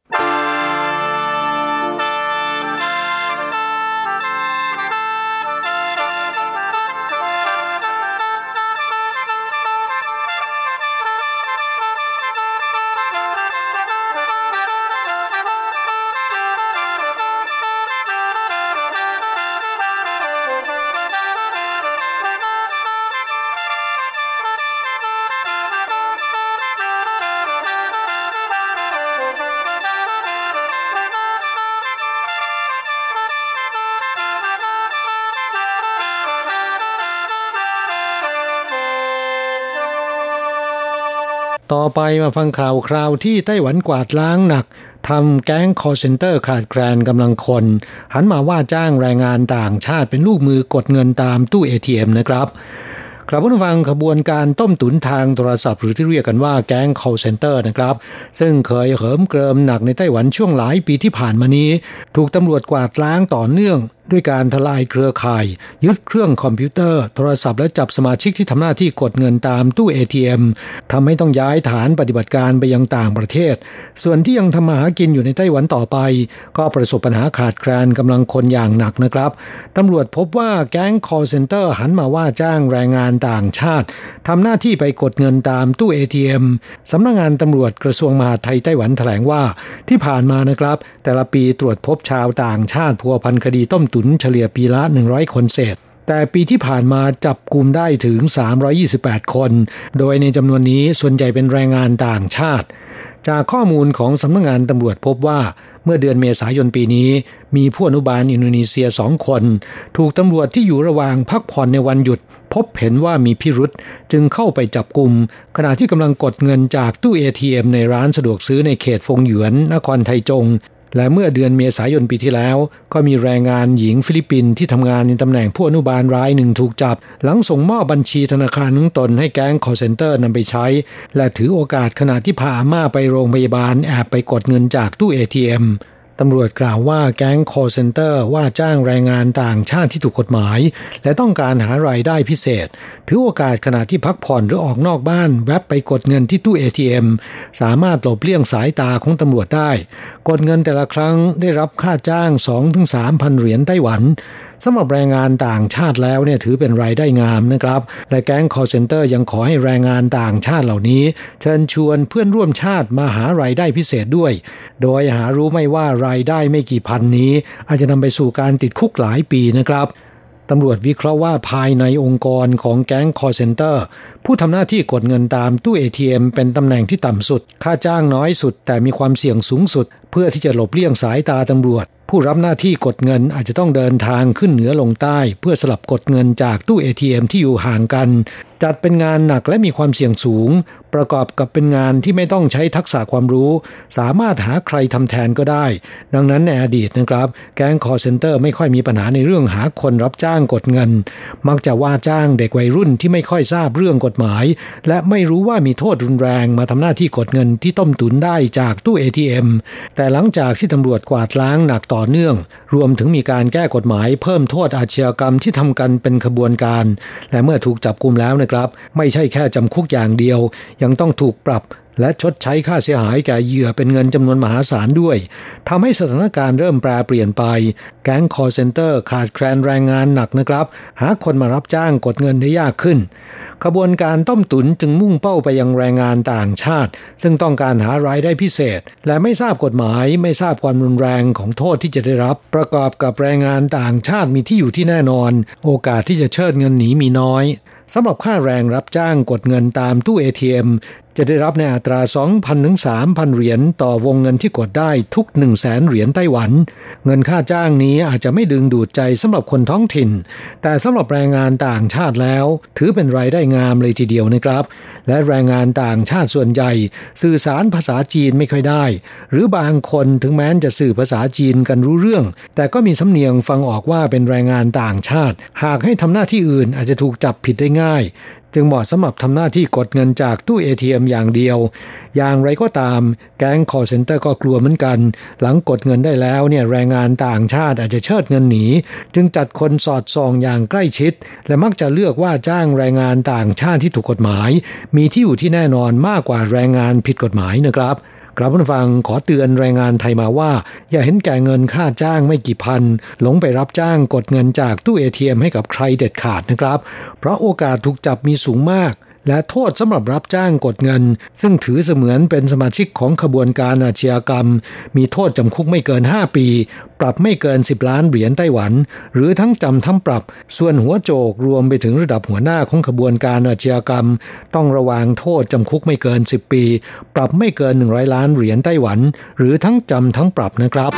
ต่อไปมาฟังข่าวคราวที่ไต้หวันกวาดล้างหนักทำแก๊ง call center ขาดแคลนกำลังคนหันมาว่าจ้างแรงงานต่างชาติเป็นลูกมือกดเงินตามตู้ เอ ที เอ็ม นะครับครับผู้ฟังขบวนการต้มตุ๋นทางโทรศัพท์หรือที่เรียกกันว่าแก๊ง call center นะครับซึ่งเคยเหิมเกริมหนักในไต้หวันช่วงหลายปีที่ผ่านมานี้ถูกตำรวจกวาดล้างต่อเนื่องด้วยการทลายเครือข่ายยึดเครื่องคอมพิวเตอร์โทรศัพท์และจับสมาชิกที่ทำหน้าที่กดเงินตามตู้ เอ ที เอ็ม ทำให้ต้องย้ายฐานปฏิบัติการไปยังต่างประเทศส่วนที่ยังทำมาหากินอยู่ในไต้หวันต่อไปก็ประสบปัญหาขาดแคลนกำลังคนอย่างหนักนะครับตำรวจพบว่าแก๊ง call center หันมาว่าจ้างแรงงานต่างชาติทำหน้าที่ไปกดเงินตามตู้ เอ ที เอ็ม สำนักงานตำรวจกระทรวงมหาดไทยไต้หวันแถลงว่าที่ผ่านมานะครับแต่ละปีตรวจพบชาวต่างชาติพัวพันคดีต้มตุ๋นเฉลี่ยปีละหนึ่งร้อยคนเศษแต่ปีที่ผ่านมาจับกุมได้ถึงสามร้อยยี่สิบแปดคนโดยในจำนวนนี้ส่วนใหญ่เป็นแรงงานต่างชาติจากข้อมูลของสำนักงานตำรวจพบว่าเมื่อเดือนเมษายนปีนี้มีผู้อนุบาลอินโดนีเซียสองคนถูกตำรวจที่อยู่ระหว่างพักผ่อนในวันหยุดพบเห็นว่ามีพิรุธจึงเข้าไปจับกุมขณะที่กำลังกดเงินจากตู้ เอ ที เอ็ม ในร้านสะดวกซื้อในเขตฟงหยวนนครไทจงและเมื่อเดือนเมษายนปีที่แล้วก็มีแรงงานหญิงฟิลิปปินส์ที่ทำงานในตำแหน่งผู้อนุบาลรายหนึ่งถูกจับหลังส่งมอบบัญชีธนาคารของตนให้แก๊ง call center นำไปใช้และถือโอกาสขณะที่พาอาม่าไปโรงพยาบาลแอบไปกดเงินจากตู้ เอ ที เอ็ม ตำรวจกล่าวว่าแก๊ง call center ว่าจ้างแรงงานต่างชาติที่ถูกกฎหมายและต้องการหารายได้พิเศษถือโอกาสขณะที่พักผ่อนหรือออกนอกบ้านแวบไปกดเงินที่ตู้ เอ ที เอ็ม สามารถหลบเลี่ยงสายตาของตำรวจได้กดเงินแต่ละครั้งได้รับค่าจ้าง สองถึงสามพัน เหรียญไต้หวันสำหรับแรงงานต่างชาติแล้วเนี่ยถือเป็นรายได้งามนะครับและแก๊ง call center ยังขอให้แรงงานต่างชาติเหล่านี้เชิญชวนเพื่อนร่วมชาติมาหารายได้พิเศษด้วยโดยหารู้ไม่ว่ารายได้ไม่กี่พันนี้อาจจะนำไปสู่การติดคุกหลายปีนะครับตำรวจวิเคราะห์ว่าภายในองค์กรของแก๊ง call center ผู้ทำหน้าที่กดเงินตามตู้ เอ ที เอ็ม เป็นตำแหน่งที่ต่ำสุดค่าจ้างน้อยสุดแต่มีความเสี่ยงสูงสุดเพื่อที่จะหลบเลี่ยงสายตาตำรวจผู้รับหน้าที่กดเงินอาจจะต้องเดินทางขึ้นเหนือลงใต้เพื่อสลับกดเงินจากตู้ เอ ที เอ็ม ที่อยู่ห่างกันจัดเป็นงานหนักและมีความเสี่ยงสูงประกอบกับเป็นงานที่ไม่ต้องใช้ทักษะความรู้สามารถหาใครทำแทนก็ได้ดังนั้นในอดีตนะครับแก๊ง call center ไม่ค่อยมีปัญหาในเรื่องหาคนรับจ้างกดเงินมักจะว่าจ้างเด็กวัยรุ่นที่ไม่ค่อยทราบเรื่องกฎหมายและไม่รู้ว่ามีโทษรุนแรงมาทำหน้าที่กดเงินที่ต้มตุ๋นได้จากตู้ เอ ที เอ็ม แต่หลังจากที่ตำรวจกวาดล้างหนักต่อเนื่องรวมถึงมีการแก้กฎหมายเพิ่มโทษอาชญากรรมที่ทำกันเป็นขบวนการและเมื่อถูกจับกุมแล้วนะครับไม่ใช่แค่จำคุกอย่างเดียวยังต้องถูกปรับและชดใช้ค่าเสียหายแก่เหยื่อเป็นเงินจำนวนมหาศาลด้วยทำให้สถานการณ์เริ่มแปรเปลี่ยนไปแก๊ง call center ขาดแคลนแรงงานหนักนะครับหาคนมารับจ้างกดเงินได้ยากขึ้นขบวนการต้มตุ๋นจึงมุ่งเป้าไปยังแรงงานต่างชาติซึ่งต้องการหารายได้พิเศษและไม่ทราบกฎหมายไม่ทราบความรุนแรงของโทษที่จะได้รับประกอบกับแรงงานต่างชาติมีที่อยู่ที่แน่นอนโอกาสที่จะเชิดเงินหนีมีน้อยสำหรับค่าแรงรับจ้างกดเงินตามตู้ เอ ที เอ็ม จะได้รับในอัตรา สองพัน ถึง สามพัน เหรียญต่อวงเงินที่กดได้ทุก หนึ่งแสน เหรียญไต้หวันเงินค่าจ้างนี้อาจจะไม่ดึงดูดใจสำหรับคนท้องถิ่นแต่สำหรับแรงงานต่างชาติแล้วถือเป็นรายได้งามเลยทีเดียวนะครับและแรงงานต่างชาติส่วนใหญ่สื่อสารภาษาจีนไม่ค่อยได้หรือบางคนถึงแม้จะสื่อภาษาจีนกันรู้เรื่องแต่ก็มีสำเนียงฟังออกว่าเป็นแรงงานต่างชาติหากให้ทำหน้าที่อื่นอาจจะถูกจับผิดได้ง่ายจึงเหมาะสำหรับทำหน้าที่กดเงินจากตู้ เอ ที เอ็ม อย่างเดียวอย่างไรก็ตามแก๊ง call center ก็กลัวเหมือนกันหลังกดเงินได้แล้วเนี่ยแรงงานต่างชาติอาจจะเชิดเงินหนีจึงจัดคนสอดส่องอย่างใกล้ชิดและมักจะเลือกว่าจ้างแรงงานต่างชาติที่ถูกกฎหมายมีที่อยู่ที่แน่นอนมากกว่าแรงงานผิดกฎหมายนะครับกราบผู้ฟังขอเตือนแรงงานไทยมาว่าอย่าเห็นแก่เงินค่าจ้างไม่กี่พันหลงไปรับจ้างกดเงินจากตู้ เอ ที เอ็ม ให้กับใครเด็ดขาดนะครับเพราะโอกาสถูกจับมีสูงมากและโทษสำหรับรับจ้างกดเงินซึ่งถือเสมือนเป็นสมาชิกของขบวนการอาชญากรรมมีโทษจำคุกไม่เกินห้าปีปรับไม่เกินสิบล้านเหรียญไต้หวันหรือทั้งจำทั้งปรับส่วนหัวโจกรวมไปถึงระดับหัวหน้าของขบวนการอาชญากรรมต้องระวางโทษจำคุกไม่เกินสิบปีปรับไม่เกินหนึ่งร้อยล้านเหรียญไต้หวันหรือทั้งจำทั้งปรับนะครับ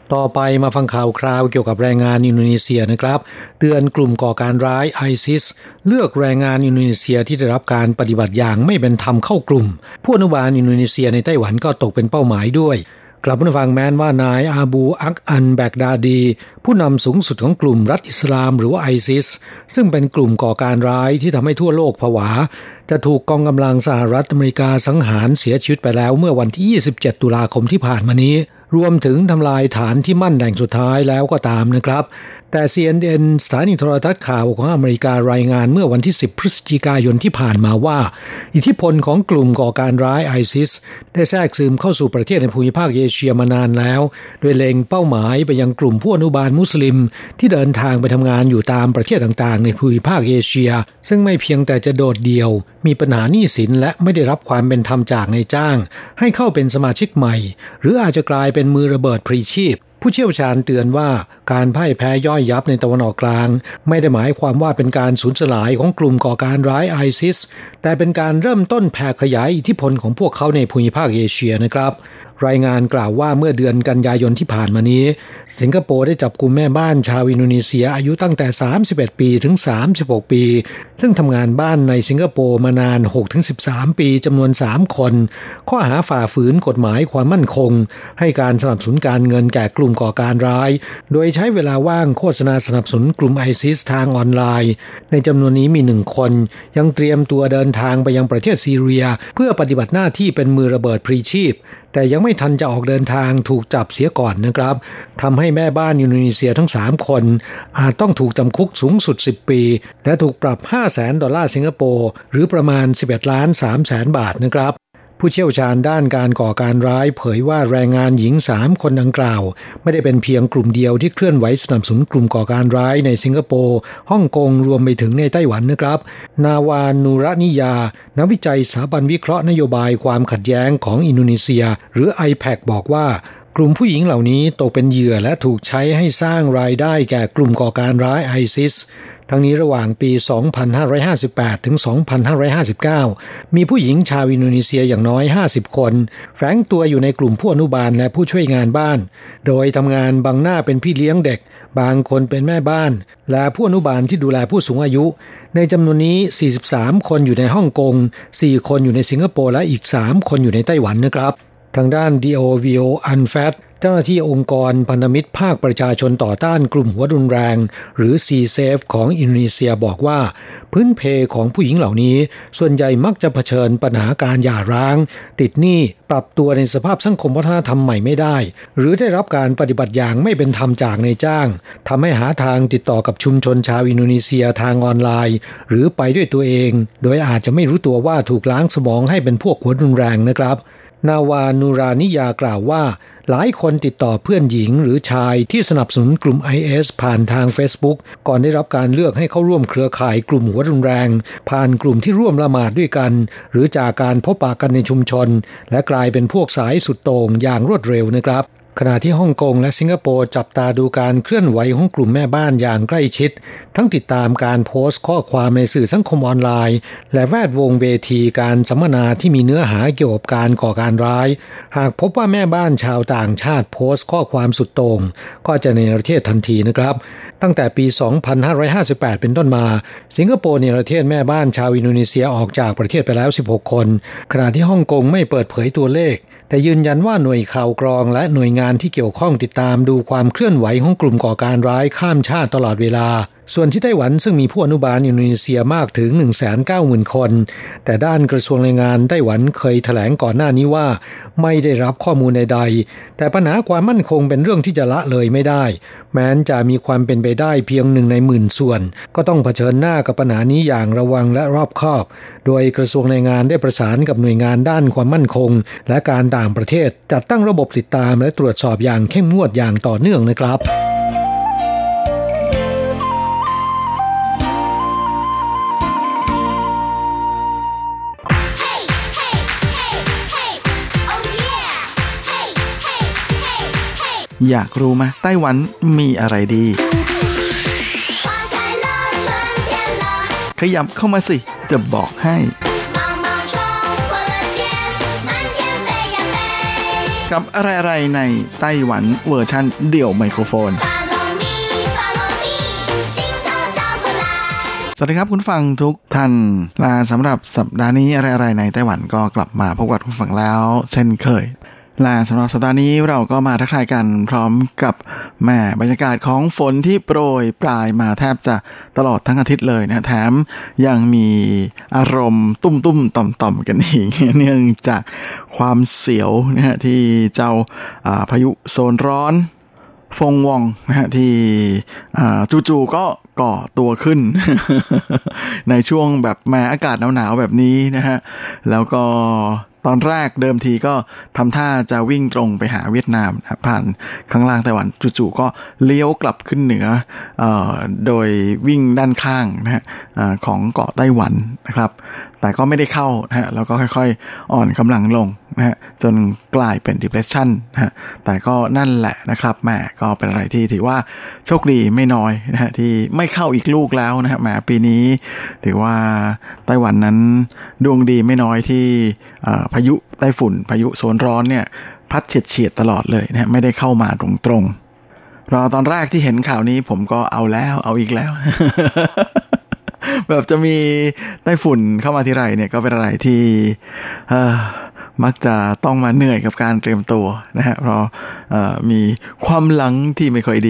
ต่อไปมาฟังข่าวคราวเกี่ยวกับแรงงานอินโดนีเซียนะครับเตือนกลุ่มก่อการร้ายไอซิสเลือกแรงงานอินโดนีเซียที่ได้รับการปฏิบัติอย่างไม่เป็นธรรมเข้ากลุ่มผู้อนุบาลอินโดนีเซียในไต้หวันก็ตกเป็นเป้าหมายด้วยกลับมาฟังแม้นว่านายอาบูอักอันแบกดาดีผู้นำสูงสุดของกลุ่มรัฐอิสลามหรือว่าไอซิสซึ่งเป็นกลุ่มก่อการร้ายที่ทำให้ทั่วโลกผวาจะถูกกองกำลังสหรัฐอเมริกาสังหารเสียชีวิตไปแล้วเมื่อวันที่ยี่สิบเจ็ดตุลาคมที่ผ่านมานี้รวมถึงทำลายฐานที่มั่นแหล่งสุดท้ายแล้วก็ตามนะครับแต่ ซี เอ็น เอ็น สถานีโทรทัศน์ข่าวของอเมริการายงานเมื่อวันที่สิบพฤศจิกายนที่ผ่านมาว่าอิทธิพลของกลุ่มก่อการร้ายไอซิสได้แทรกซึมเข้าสู่ประเทศในภูมิภาคเอเชียมานานแล้วโดยเล็งเป้าหมายไปยังกลุ่มผู้อนุบาลมุสลิมที่เดินทางไปทำงานอยู่ตามประเทศต่างๆในภูมิภาคเอเชียซึ่งไม่เพียงแต่จะโดดเดี่ยวมีปัญหาหนี้สินและไม่ได้รับความเป็นธรรมจากนายจ้างให้เข้าเป็นสมาชิกใหม่หรืออาจจะกลายเป็นมือระเบิดพลีชีพผู้เชี่ยวชาญเตือนว่าการพ่ายแพ้ย่อยยับในตะวันออกกลางไม่ได้หมายความว่าเป็นการสูญสลายของกลุ่มก่อการร้ายไอซิสแต่เป็นการเริ่มต้นแผ่ขยายอิทธิพลของพวกเขาในภูมิภาคเอเชียนะครับรายงานกล่าวว่าเมื่อเดือนกันยายนที่ผ่านมานี้สิงคโปร์ได้จับกุมแม่บ้านชาวอินโดนีเซียอายุตั้งแต่สามสิบเอ็ดปีถึงสามสิบหกปีซึ่งทำงานบ้านในสิงคโปร์มานาน หกถึงสิบสาม ปีจำนวนสามคนข้อหาฝ่าฝืนกฎหมายความมั่นคงให้การสนับสนุนการเงินแก่กลุ่มก่อการร้ายโดยใช้เวลาว่างโฆษณาสนับสนุนกลุ่มไอซิสทางออนไลน์ในจำนวนนี้มีหนึ่งคนยังเตรียมตัวเดินทางไปยังประเทศซีเรียเพื่อปฏิบัติหน้าที่เป็นมือระเบิดพลีชีพแต่ยังไม่ทันจะออกเดินทางถูกจับเสียก่อนนะครับทำให้แม่บ้านอินโดนีเซียทั้งสามคนอาจต้องถูกจำคุกสูงสุดสิบปีและถูกปรับ ห้าแสน ดอลลาร์สิงคโปร์หรือประมาณ สิบเอ็ดล้านสามแสน บาทนะครับผู้เชี่ยวชาญด้านการก่อการร้ายเผยว่าแรงงานหญิงสามคนดังกล่าวไม่ได้เป็นเพียงกลุ่มเดียวที่เคลื่อนไหวสนับสนุนกลุ่มก่อการร้ายในสิงคโปร์ฮ่องกงรวมไปถึงในไต้หวันนะครับนาวานูรนิยานักวิจัยสถาบันวิเคราะห์นโยบายความขัดแย้งของอินโดนีเซียหรือ ไอ แพค บอกว่ากลุ่มผู้หญิงเหล่านี้ตกเป็นเหยื่อและถูกใช้ให้สร้างรายได้แก่กลุ่มก่อการร้ายไอซิสทั้งนี้ระหว่างปี สองพันห้าร้อยห้าสิบแปด ถึง สองพันห้าร้อยห้าสิบเก้า มีผู้หญิงชาวอินโดนีเซียอย่างน้อย ห้าสิบ คนแฝงตัวอยู่ในกลุ่มผู้อนุบาลและผู้ช่วยงานบ้านโดยทำงานบังหน้าเป็นพี่เลี้ยงเด็กบางคนเป็นแม่บ้านและผู้อนุบาลที่ดูแลผู้สูงอายุในจำนวนนี้ สี่สิบสาม คนอยู่ในฮ่องกง สี่ คนอยู่ในสิงคโปร์และอีก สาม คนอยู่ในไต้หวันนะครับทางด้าน ดี โอ วี โอ อันแฟตเจ้าหน้าที่องค์กรพันธมิตรภาคประชาชนต่อต้านกลุ่มหัวรุนแรงหรือ ซี เซฟ ของอินโดนีเซียบอกว่าพื้นเพของผู้หญิงเหล่านี้ส่วนใหญ่มักจะเผชิญปัญหาการหย่าร้างติดหนี้ปรับตัวในสภาพสังคมวัฒนธรรมใหม่ไม่ได้หรือได้รับการปฏิบัติอย่างไม่เป็นธรรมจากนายจ้างทำให้หาทางติดต่อกับชุมชนชาวอินโดนีเซียทางออนไลน์หรือไปด้วยตัวเองโดยอาจจะไม่รู้ตัวว่าถูกล้างสมองให้เป็นพวกหัวรุนแรงนะครับนาวานูรานิยากล่าวว่าหลายคนติดต่อเพื่อนหญิงหรือชายที่สนับสนุนกลุ่ม ไอ เอส ผ่านทาง Facebook ก่อนได้รับการเลือกให้เข้าร่วมเครือข่ายกลุ่มหัวรุนแรงผ่านกลุ่มที่ร่วมละหมาดด้วยกันหรือจากการพบปะกันในชุมชนและกลายเป็นพวกสายสุดโต่งอย่างรวดเร็วนะครับขณะที่ฮ่องกงและสิงคโปร์จับตาดูการเคลื่อนไหวของกลุ่มแม่บ้านอย่างใกล้ชิดทั้งติดตามการโพสต์ข้อความในสื่อสังคมออนไลน์และแวดวงเวทีการสัมมนาที่มีเนื้อหาเกี่ยวกับการก่อการร้ายหากพบว่าแม่บ้านชาวต่างชาติโพสต์ข้อความสุดโต่งก็จะเนรเทศทันทีนะครับตั้งแต่ปี สองพันห้าร้อยห้าสิบแปด เป็นต้นมาสิงคโปร์เนรเทศแม่บ้านชาวอินโดนีเซียออกจากประเทศไปแล้ว สิบหก คนขณะที่ฮ่องกงไม่เปิดเผยตัวเลขแต่ยืนยันว่าหน่วยข่าวกรองและหน่วยงานที่เกี่ยวข้องติดตามดูความเคลื่อนไหวของกลุ่มก่อการร้ายข้ามชาติตลอดเวลาส่วนที่ไต้หวันซึ่งมีผู้อนุบาลอินโดนีเซียมากถึง หนึ่งแสนเก้าหมื่น คนแต่ด้านกระทรวงแรงงานไต้หวันเคยแถลงก่อนหน้านี้ว่าไม่ได้รับข้อมูลใดๆแต่ปัญหาความมั่นคงเป็นเรื่องที่จะละเลยไม่ได้แม้นจะมีความเป็นไปได้เพียงหนึ่งในหมื่นส่วนก็ต้องเผชิญหน้ากับปัญหานี้อย่างระวังและรอบคอบโดยกระทรวงแรงงานได้ประสานกับหน่วยงานด้านความมั่นคงและการต่างประเทศจัดตั้งระบบติดตามและตรวจสอบอย่างเข้มงวดอย่างต่อเนื่องนะครับอยากรู้ไหมไต้หวันมีอะไรดีขยับเข้ามาสิจะบอกให้กับอะไรๆในไต้หวันเวอร์ชันเดี่ยวไมโครโฟนสวัสดีครับคุณฟังทุกท่านและสำหรับสัปดาห์นี้อะไรๆในไต้หวันก็กลับมาพบกับคุณฟังแล้วเช่นเคยและสำหรับสัปดาห์นี้เราก็มาทักทายกันพร้อมกับแม่บรรยากาศของฝนที่โปรยปลายมาแทบจะตลอดทั้งอาทิตย์เลยนะแถมยังมีอารมณ์ตุ้มๆต่อมๆกันอีกเนื่องจากความเสียวนะฮะที่เจ้าพายุโซนร้อนฟงวองนะฮะที่จู่ๆก็ก่อตัวขึ้น ในช่วงแบบแม้อากาศหนาวๆแบบนี้นะฮะแล้วก็ตอนแรกเดิมทีก็ทำท่าจะวิ่งตรงไปหาเวียดนามนะผ่านข้างล่างไต้หวันจู่ๆก็เลี้ยวกลับขึ้นเหนือเอ่อโดยวิ่งด้านข้างนะฮะของเกาะไต้หวันนะครับแต่ก็ไม่ได้เข้านะฮะแล้วก็ค่อยๆอ่อนกำลังลงนะฮะจนกลายเป็น depression นะฮะแต่ก็นั่นแหละนะครับแหมก็เป็นอะไรที่ถือว่าโชคดีไม่น้อยนะฮะที่ไม่เข้าอีกลูกแล้วนะฮะแหมปีนี้ถือว่าไต้หวันนั้นดวงดีไม่น้อยที่พายุไต้ฝุ่นพายุโซนร้อนเนี่ยพัดเฉียดๆตลอดเลยนะฮะไม่ได้เข้ามาตรงๆรอตอนแรกที่เห็นข่าวนี้ผมก็เอาแล้วเอาอีกแล้ว แบบจะมีไต้ฝุ่นเข้ามาทีไรเนี่ยก็เป็นอะไรที่มักจะต้องมาเหนื่อยกับการเตรียมตัวนะฮะเพราะมีความหลังที่ไม่ค่อยดี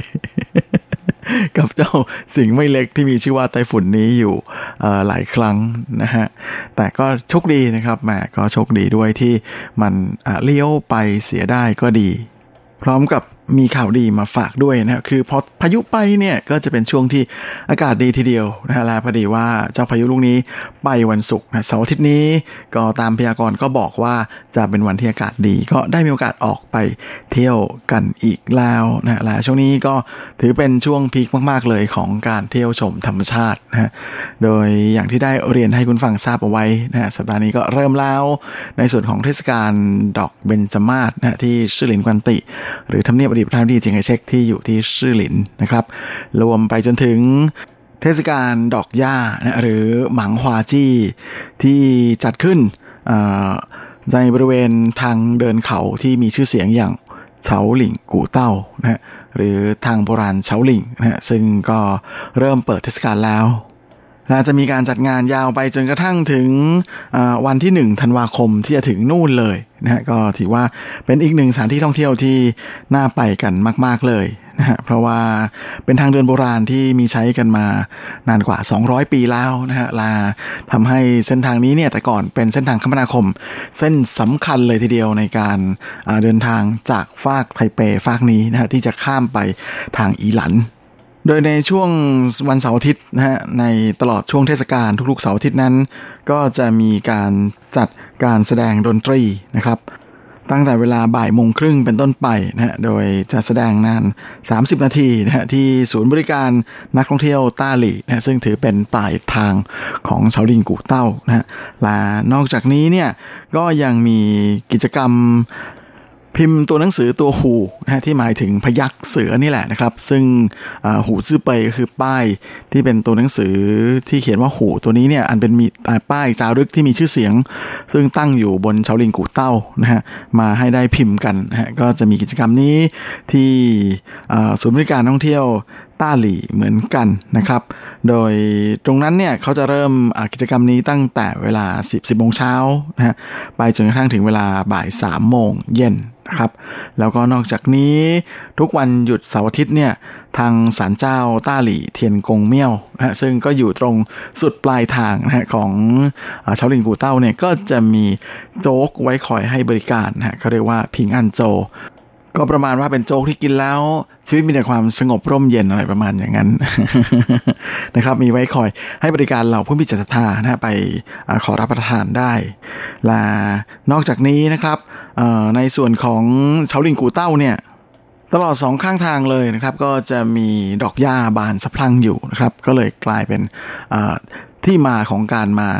กับเจ้าสิ่งไม่เล็กที่มีชื่อว่าไต้ฝุ่นนี้อยู่หลายครั้งนะฮะแต่ก็โชคดีนะครับแหมก็โชคดีด้วยที่มันเลี้ยวไปเสียได้ก็ดีพร้อมกับมีข่าวดีมาฝากด้วยนะคือพอพายุไปเนี่ยก็จะเป็นช่วงที่อากาศดีทีเดียวนะฮะแล้วพอดีว่าเจ้าพายุลูกนี้ไปวันศุกร์นะเสาร์อาทิตย์นี้ก็ตามพยากรณ์ก็บอกว่าจะเป็นวันที่อากาศดีก็ได้มีโอกาสออกไปเที่ยวกันอีกแล้วนะและช่วงนี้ก็ถือเป็นช่วงพีคมากๆเลยของการเที่ยวชมธรรมชาตินะฮะโดยอย่างที่ได้เรียนให้คุณฟังทราบเอาไว้นะฮะสัปดาห์นี้ก็เริ่มแล้วในส่วนของเทศกาลดอกเบญจมาศนะที่ชื่อหลินกวนติหรือทำเนียบอดีตประธานาธิบดีเจียงไคเชกที่อยู่ที่ชื่อหลินนะครับรวมไปจนถึงเทศกาลดอกหญ้านะหรือหมังฮวาจี้ที่จัดขึ้นในบริเวณทางเดินเขาที่มีชื่อเสียงอย่างเฉาหลิงกู่เต้านะฮะหรือทางโบราณเฉาหลิงนะฮะซึ่งก็เริ่มเปิดเทศกาลแล้วและจะมีการจัดงานยาวไปจนกระทั่งถึงวันที่หนึ่งธันวาคมที่จะถึงนู่นเลยนะฮะก็ถือว่าเป็นอีกหนึ่งสถานที่ท่องเที่ยวที่น่าไปกันมากๆเลยนะฮะเพราะว่าเป็นทางเดินโบราณที่มีใช้กันมานานกว่าสองร้อยปีแล้วนะฮะและทำให้เส้นทางนี้เนี่ยแต่ก่อนเป็นเส้นทางคมนาคมเส้นสำคัญเลยทีเดียวในการเดินทางจากฟากไทเปฟากนี้นะฮะที่จะข้ามไปทางอีหลันโดยในช่วงวันเสาร์อาทิตย์นะฮะในตลอดช่วงเทศกาลทุกๆเสาร์อาทิตย์นั้นก็จะมีการจัดการแสดงดนตรีนะครับตั้งแต่เวลาบ่ายโมงครึ่งเป็นต้นไปนะฮะโดยจะแสดงนานสามสิบนาทีนะฮะที่ศูนย์บริการนักท่องเที่ยวต้าหลี่นะฮะซึ่งถือเป็นปลายทางของเฉาหลิงกู่เต้านะฮะและนอกจากนี้เนี่ยก็ยังมีกิจกรรมพิมพ์ตัวหนังสือตัวหูนะฮะที่หมายถึงพยัคฆ์เสือนี่แหละนะครับซึ่งหูซื่อเปยก็คือป้ายที่เป็นตัวหนังสือที่เขียนว่าหูตัวนี้เนี่ยอันเป็นมีป้ายจารึกที่มีชื่อเสียงซึ่งตั้งอยู่บนเฉาหลิงกู่เต้านะฮะมาให้ได้พิมพ์กันนะฮะก็จะมีกิจกรรมนี้ที่ศูนย์บริการท่องเที่ยวต้าหลี่เหมือนกันนะครับโดยตรงนั้นเนี่ยเขาจะเริ่มกิจกรรมนี้ตั้งแต่เวลาสิบ สิบโมงเช้านะฮะไปจนกระทั่งถึงเวลาบ่ายสามโมงเย็นนะครับแล้วก็นอกจากนี้ทุกวันหยุดเสาร์อาทิตย์เนี่ยทางศาลเจ้าต้าหลี่เทียนกงเมี่ยวนะฮะซึ่งก็อยู่ตรงสุดปลายทางนะฮะของเฉาหลิงกู่เต้าเนี่ยก็จะมีโจ๊กไว้คอยให้บริการนะฮะเขาเรียกว่าผิงอันโจก็ประมาณว่าเป็นโจ๊กที่กินแล้วชีวิตมีแต่ความสงบร่มเย็นอะไรประมาณอย่างนั้น นะครับมีไว้คอยให้บริการเหล่าผู้มีจิตศรัทธานะฮะไปขอรับประทานได้และนอกจากนี้นะครับในส่วนของเฉาหลิงกู่เต้าเนี่ยตลอดสองข้างทางเลยนะครับก็จะมีดอกหญ้าบานสะพรั่งอยู่นะครับก็เลยกลายเป็นที่มาของการมา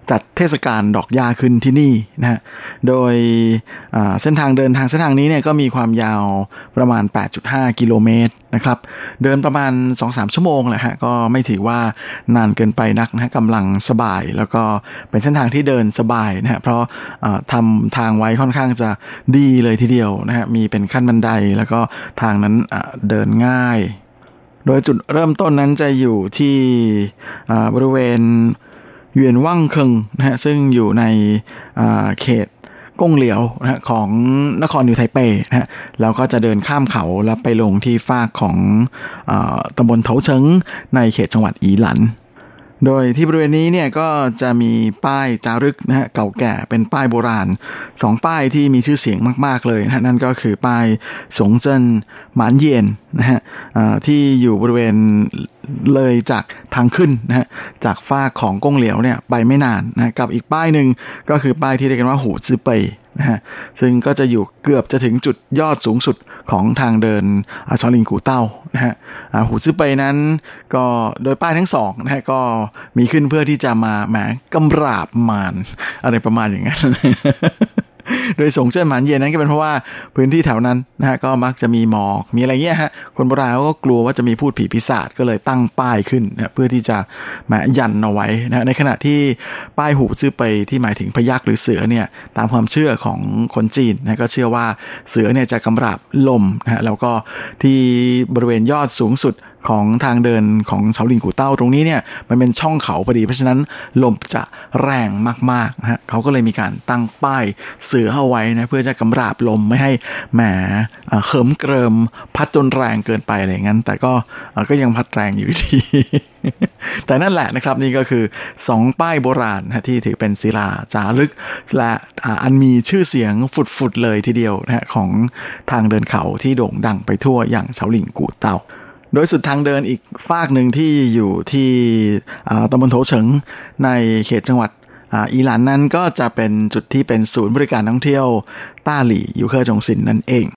จัดเทศกาลดอกหญ้าขึ้นที่นี่นะฮะโดยเส้นทางเดินทางเส้นทางนี้เนี่ยก็มีความยาวประมาณ แปดจุดห้า กิโลเมตรนะครับเดินประมาณ สองถึงสาม ชั่วโมงแหละฮะก็ไม่ถือว่านานเกินไปนักนะฮะกำลังสบายแล้วก็เป็นเส้นทางที่เดินสบายนะฮะเพราะทำทางไว้ค่อนข้างจะดีเลยทีเดียวนะฮะมีเป็นขั้นบันไดแล้วก็ทางนั้นเดินง่ายโดยจุดเริ่มต้นนั้นจะอยู่ที่บริเวณเวียนว่างเคิงนะฮะซึ่งอยู่ในเขตก้งเหลียวนะฮะของนครนิวไทเปนะฮะแล้วก็จะเดินข้ามเขาแล้วไปลงที่ฟากของตำบลเถาเฉิงในเขตจังหวัดอีหลันโดยที่บริเวณนี้เนี่ยก็จะมีป้ายจารึกนะฮะเก่าแก่เป็นป้ายโบราณสองป้ายที่มีชื่อเสียงมากๆเลยนะนั่นก็คือป้ายสงเจิ้นหมานเยียนนะฮะที่อยู่บริเวณเลยจากทางขึ้นนะฮะจากฟากของก้งเหลียวเนี่ยไปไม่นานนะกับอีกป้ายหนึ่งก็คือป้ายที่เรียกกันว่าหูจื้อเป่ยนะฮะซึ่งก็จะอยู่เกือบจะถึงจุดยอดสูงสุดของทางเดินชอลิงกูเต้านะฮะหูจื้อเป่ยนั้นก็โดยป้ายทั้งสองนะฮะก็มีขึ้นเพื่อที่จะมาแหมกำราบมารอะไรประมาณอย่างนั้น โดยสงเจิ้นหมานเย็นนั้นก็เป็นเพราะว่าพื้นที่แถวนั้นนะฮะก็มักจะมีหมอกมีอะไรเงี้ยฮะคนโบราณเขาก็กลัวว่าจะมีพูดผีปีศาจก็เลยตั้งป้ายขึ้นนะเพื่อที่จะมายันเอาไว้นะในขณะที่ป้ายหูจื้อเป่ยที่หมายถึงพยัคฆ์หรือเสือเนี่ยตามความเชื่อของคนจีนนะก็เชื่อว่าเสือเนี่ยจะกำราบลมนะฮะแล้วก็ที่บริเวณยอดสูงสุดของทางเดินของเฉาหลิงกูเต้าตรงนี้เนี่ยมันเป็นช่องเขาพอดีเพราะฉะนั้นลมจะแรงมากๆนะฮะเขาก็เลยมีการตั้งป้ายเสือเอาไว้นะเพื่อจะกำราบลมไม่ให้แหมเขิมเกริมพัดจนแรงเกินไปอะไรอย่างนั้นแต่ก็ก็ยังพัดแรงอยู่ดี แต่นั่นแหละนะครับนี่ก็คือสองป้ายโบราณนะที่ถือเป็นศิลาจารึกและอันมีชื่อเสียงฝุดๆเลยทีเดียวนะฮะของทางเดินเขาที่โด่งดังไปทั่วอย่างเฉาหลิงกูเต้าโดยสุดทางเดินอีกฟากหนึ่งที่อยู่ที่ตำบลโถเฉิงในเขตจังหวัดอีหลันนั้นก็จะเป็นจุดที่เป็นศูนย์บริการท่องเที่ยวต้าหลี่ยูเคอร์จงซินนั่นเอง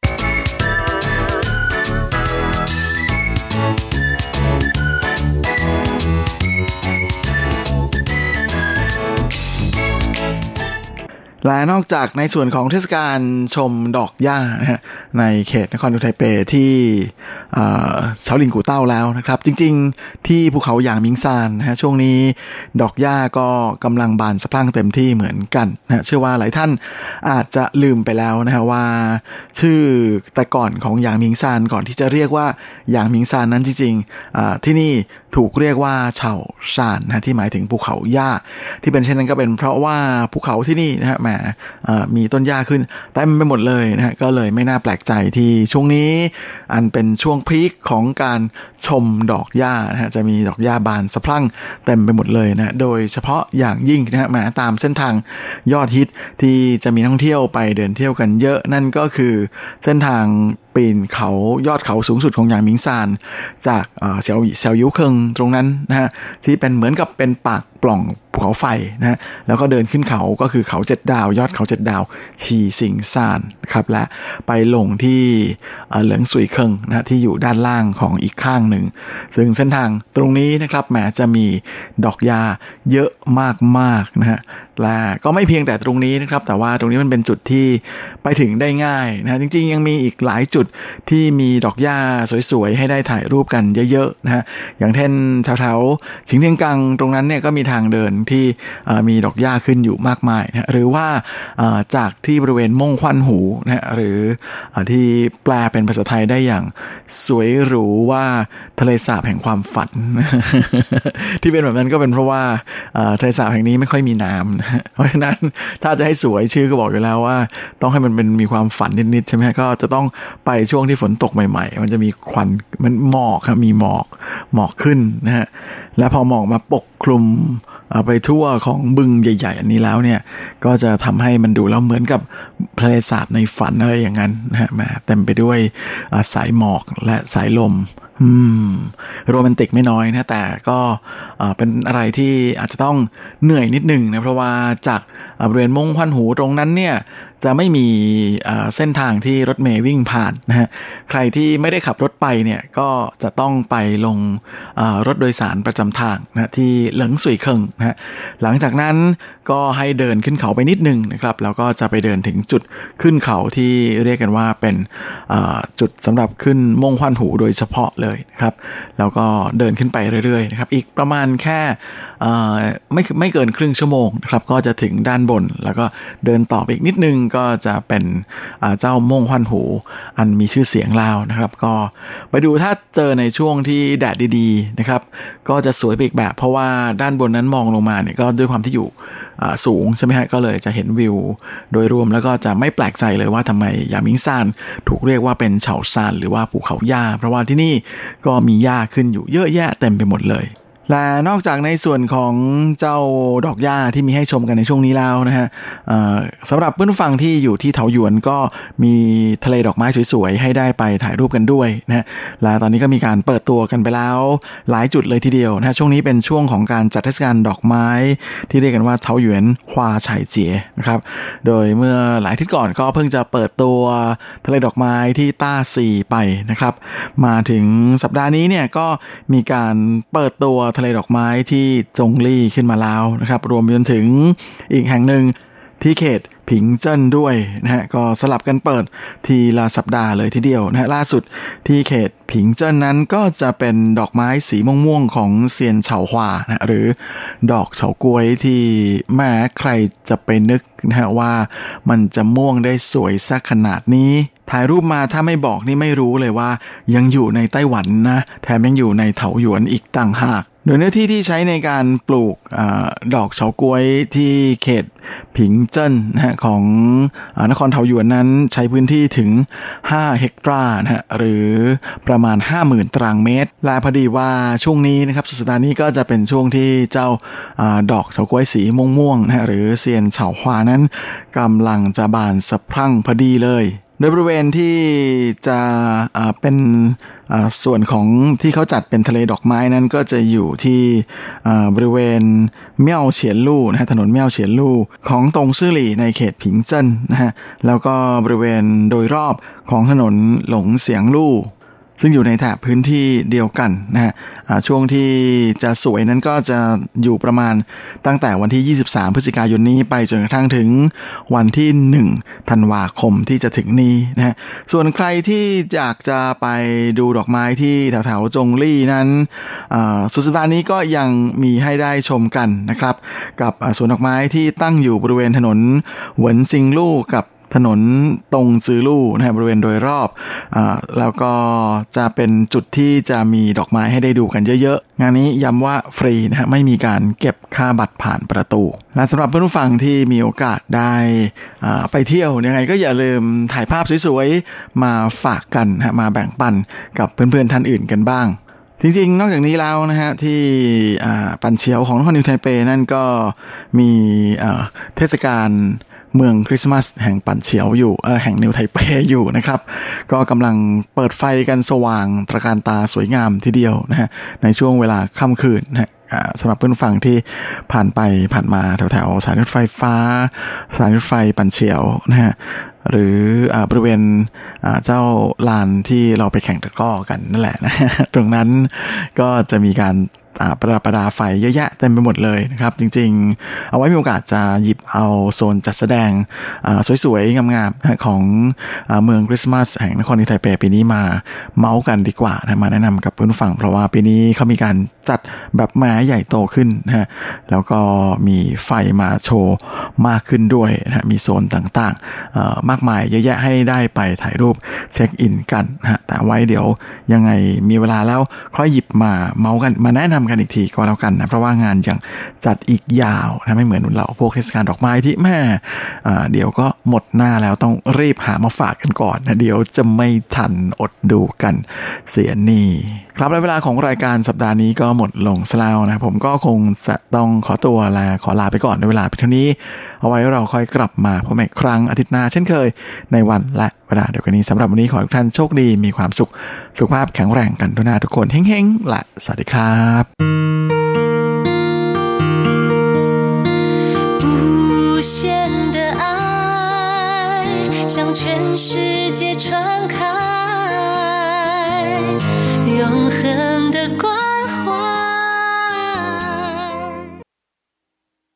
และนอกจากในส่วนของเทศกาลชมดอกหญ้านะฮะในเขตนครนิวไทเปที่เฉาหลิงกูเต้าแล้วนะครับจริงๆที่ภูเขาหยางมิงซานนะฮะช่วงนี้ดอกหญ้าก็กำลังบานสะพรั่งเต็มที่เหมือนกันนะเชื่อว่าหลายท่านอาจจะลืมไปแล้วนะฮะว่าชื่อแต่ก่อนของหยางมิงซานก่อนที่จะเรียกว่าหยางมิงซานนั้นจริงๆที่นี่ถูกเรียกว่าเฉาซานนะที่หมายถึงภูเขาหญ้าที่เป็นเช่นนั้นก็เป็นเพราะว่าภูเขาที่นี่นะฮะแหมมีต้นหญ้าขึ้นเต็มไปหมดเลยนะฮะก็เลยไม่น่าแปลกใจที่ช่วงนี้อันเป็นช่วงพีคของการชมดอกหญ้านะฮะจะมีดอกหญ้าบานสะพรั่งเต็มไปหมดเลยนะโดยเฉพาะอย่างยิ่งนะฮะมาตามเส้นทางยอดฮิตที่จะมีนักท่องเที่ยวไปเดินเที่ยวกันเยอะนั่นก็คือเส้นทางปีนเขายอดเขาสูงสุดของหยางมิงซานจากเซียวเซียวยูเคิงตรงนั้นนะฮะที่เป็นเหมือนกับเป็นปากปล่องภูเขาไฟนะฮะแล้วก็เดินขึ้นเขาก็คือเขาเจ็ดดาวยอดเขาเจ็ดดาวชีสิงซานครับและไปลงที่เหลิงซุยเคิงนะที่อยู่ด้านล่างของอีกข้างหนึ่งซึ่งเส้นทางตรงนี้นะครับแหมจะมีดอกหญ้าเยอะมากๆนะฮะและก็ไม่เพียงแต่ตรงนี้นะครับแต่ว่าตรงนี้มันเป็นจุดที่ไปถึงได้ง่ายนะจริงๆยังมีอีกหลายจุดที่มีดอกหญ้าสวยๆให้ได้ถ่ายรูปกันเยอะๆนะฮะอย่างเช่นแถวๆสิงเทียงกังตรงนั้นเนี่ยก็มีทางเดินที่มีดอกหญ้าขึ้นอยู่มากมายนะหรือว่าจากที่บริเวณม่งควันหูนะหรือที่แปลเป็นภาษาไทยได้อย่างสวยหรูว่าทะเลสาบแห่งความฝัน ที่เป็นแบบนั้นก็เป็นเพราะว่าทะเลสาบแห่งนี้ไม่ค่อยมีน้ำเพราะฉะนั้นถ้าจะให้สวยชื่อก็บอกอยู่แล้วว่าต้องให้มันเป็นมีความฝันนิดๆใช่ไหมก็จะต้องไปช่วงที่ฝนตกใหม่ๆมันจะมีควันมันหมอกครับมีหมอกหมอกขึ้นนะฮะและพอหมอกมาปกคลุมไปทั่วของบึงใหญ่ๆอันนี้แล้วเนี่ยก็จะทำให้มันดูแล้วเหมือนกับทะเลสาบในฝันอะไรอย่างนั้นนะฮะมาเต็มไปด้วยสายหมอกและสายลมอืมโรแมนติกไม่น้อยนะแต่ก็เป็นอะไรที่อาจจะต้องเหนื่อยนิดนึงนะเพราะว่าจากบริเวณมงควันหูตรงนั้นเนี่ยจะไม่มีเส้นทางที่รถเมล์วิ่งผ่านนะฮะใครที่ไม่ได้ขับรถไปเนี่ยก็จะต้องไปลงรถโดยสารประจำทางนะที่เหลิงสุยเคิงนะฮะหลังจากนั้นก็ให้เดินขึ้นเขาไปนิดนึงนะครับแล้วก็จะไปเดินถึงจุดขึ้นเขาที่เรียกกันว่าเป็นจุดสำหรับขึ้นมงควันหูโดยเฉพาะเลยนะครับแล้วก็เดินขึ้นไปเรื่อยๆนะครับอีกประมาณแค่ไม่ไม่เกินครึ่งชั่วโมงนะครับก็จะถึงด้านบนแล้วก็เดินต่อไปอีกนิดนึงก็จะเป็นเจ้ามงควันหูอันมีชื่อเสียงแล้วนะครับก็ไปดูถ้าเจอในช่วงที่แดดดีๆนะครับก็จะสวยไปอีกแบบเพราะว่าด้านบนนั้นมองลงมาเนี่ยก็ด้วยความที่อยู่สูงใช่ไหมฮะก็เลยจะเห็นวิวโดยรวมแล้วก็จะไม่แปลกใจเลยว่าทำไมยามิงซานถูกเรียกว่าเป็นเฉาซานหรือว่าภูเขาหญ้าเพราะว่าที่นี่ก็มีหญ้าขึ้นอยู่เยอะแยะเต็มไปหมดเลยและนอกจากในส่วนของเจ้าดอกหญ้าที่มีให้ชมกันในช่วงนี้แล้วนะฮะสำหรับเพื่อนผู้ฟังที่อยู่ที่เถาหยวนก็มีทะเลดอกไม้สวยๆให้ได้ไปถ่ายรูปกันด้วยนะและตอนนี้ก็มีการเปิดตัวกันไปแล้วหลายจุดเลยทีเดียวนะช่วงนี้เป็นช่วงของการจัดเทศกาลดอกไม้ที่เรียกกันว่าเถาหยวนฮวาไฉเจี๋ยนะครับโดยเมื่อหลายอาทิตย์ก่อนก็เพิ่งจะเปิดตัวทะเลดอกไม้ที่ต้าซีไปนะครับมาถึงสัปดาห์นี้เนี่ยก็มีการเปิดตัวทะเลดอกไม้ที่จงลี่ขึ้นมาแล้วนะครับรวมจนถึงอีกแห่งหนึ่งที่เขตผิงเจิ้นด้วยนะฮะก็สลับกันเปิดทีละสัปดาห์เลยทีเดียวนะฮะล่าสุดที่เขตผิงเจิ้นนั้นก็จะเป็นดอกไม้สีม่วงๆของเซียนเฉาฮวานะหรือดอกเฉาก๊วยที่แม้ใครจะไปนึกนะฮะว่ามันจะม่วงได้สวยสักขนาดนี้ถ่ายรูปมาถ้าไม่บอกนี่ไม่รู้เลยว่ายังอยู่ในไต้หวันนะแถมยังอยู่ในเถาหยวนอีกต่างหากโดยเนื้อที่ที่ใช้ในการปลูกอดอกเฉาก๊วยที่เขตผิงเจิ้นนะฮะของนครเถาหยวนนั้นใช้พื้นที่ถึงห้าเฮกตาร์นะฮะหรือประมาณ ห้าหมื่น ตารางเมตรและพอดีว่าช่วงนี้นะครับสุดสัปดาห์นี้ก็จะเป็นช่วงที่เจ้าดอกเฉาก๊วยสีม่วงๆนะฮะหรือเซียนเฉาฮวานั้นกำลังจะบานสะพรั่งพอดีเลยโดยบริเวณที่จะเป็นส่วนของที่เขาจัดเป็นทะเลดอกไม้นั้นก็จะอยู่ที่บริเวณเมี่ยวเฉียนลู่นะฮะถนนเมี่ยวเฉียนลู่ของตงซื่อหลี่ในเขตผิงเจิ้นนะฮะแล้วก็บริเวณโดยรอบของถนนหลงเสียงลู่ซึ่งอยู่ในแถบพื้นที่เดียวกันนะฮะช่วงที่จะสวยนั้นก็จะอยู่ประมาณตั้งแต่วันที่ยี่สิบสามพฤศจิกายนนี้ไปจนกระทั่งถึงวันที่หนึ่งธันวาคมที่จะถึงนี้นะฮะส่วนใครที่อยากจะไปดูดอกไม้ที่แถวๆจงลี่นั้นสุดสัปดาห์นี้ก็ยังมีให้ได้ชมกันนะครับกับสวนดอกไม้ที่ตั้งอยู่บริเวณถนนเหวินซิงลู่กับถนนตงซือลู่นะบริเวณโดยรอบอ่าแล้วก็จะเป็นจุดที่จะมีดอกไม้ให้ได้ดูกันเยอะๆงานนี้ย้ำว่าฟรีนะฮะไม่มีการเก็บค่าบัตรผ่านประตูและสำหรับเพื่อนผู้ฟังที่มีโอกาสได้อ่าไปเที่ยวยังไงก็อย่าลืมถ่ายภาพสวยๆมาฝากกันฮะมาแบ่งปันกับเพื่อนๆท่านอื่นกันบ้างจริงๆนอกจากนี้แล้วนะฮะที่ปันเฉียวของนครนิวไทเปนั่นก็มีเทศกาลเมืองคริสต์มาสแห่งปั่นเฉียวอยู่เออแห่งนิวไทเปอยู่นะครับก็กำลังเปิดไฟกันสว่างตระการตาสวยงามทีเดียวนะฮะในช่วงเวลาค่ำคืนนะฮะสำหรับเพื่อนฟังที่ผ่านไปผ่านมาแถวๆสถานีรถไฟฟ้าสถานีรถไฟปั่นเฉียวนะฮะหรือบริเวณเจ้าลานที่เราไปแข่งตะกร้อกันนั่นแหละนะตรงนั้นก็จะมีการประดับประดาไฟเยอะแยะเต็มไปหมดเลยนะครับจริงๆเอาไว้มีโอกาสจะหยิบเอาโซนจัดแสดงสวยๆงามๆของเมืองคริสต์มาสแห่งนครนิวไทเปปีนี้มาเมาส์กันดีกว่านะมาแนะนำกับเพื่อนฟังเพราะว่าปีนี้เขามีการจัดแบบแม้ใหญ่โตขึ้นนะฮะแล้วก็มีไฟมาโชว์มากขึ้นด้วยนะมีโซนต่างๆมากมายเยอะแยะให้ได้ไปถ่ายรูปเช็คอินกันนะฮะแต่ไว้เดี๋ยวยังไงมีเวลาแล้วค่อยหยิบมาเมาส์กันมาแนะนำกันอีกทีก็แล้วกันนะเพราะว่างานยังจัดอีกยาวนะไม่เหมือนเราพวกเทศกาลดอกไม้ที่แม่เดี๋ยวก็หมดหน้าแล้วต้องรีบหามาฝากกันก่อนนะเดี๋ยวจะไม่ทันอดดูกันเสียนี่ครับและเวลาของรายการสัปดาห์นี้ก็หมดลงแล้วนะผมก็คงจะต้องขอตัวลาขอลาไปก่อนในเวลาเพียงเท่านี้เอาไว้เราค่อยกลับมาพบกันอีกครั้งอาทิตย์หน้าเช่นเคยในวันและเวลาเดียวกันนี้สำหรับวันนี้ขอให้ทุกท่านโชคดีมีความสุขสุขภาพแข็งแรงกันทุกหน้าทุกคนเฮ้งๆและสวัสดีครับ无限的爱向全世界传开永恒的光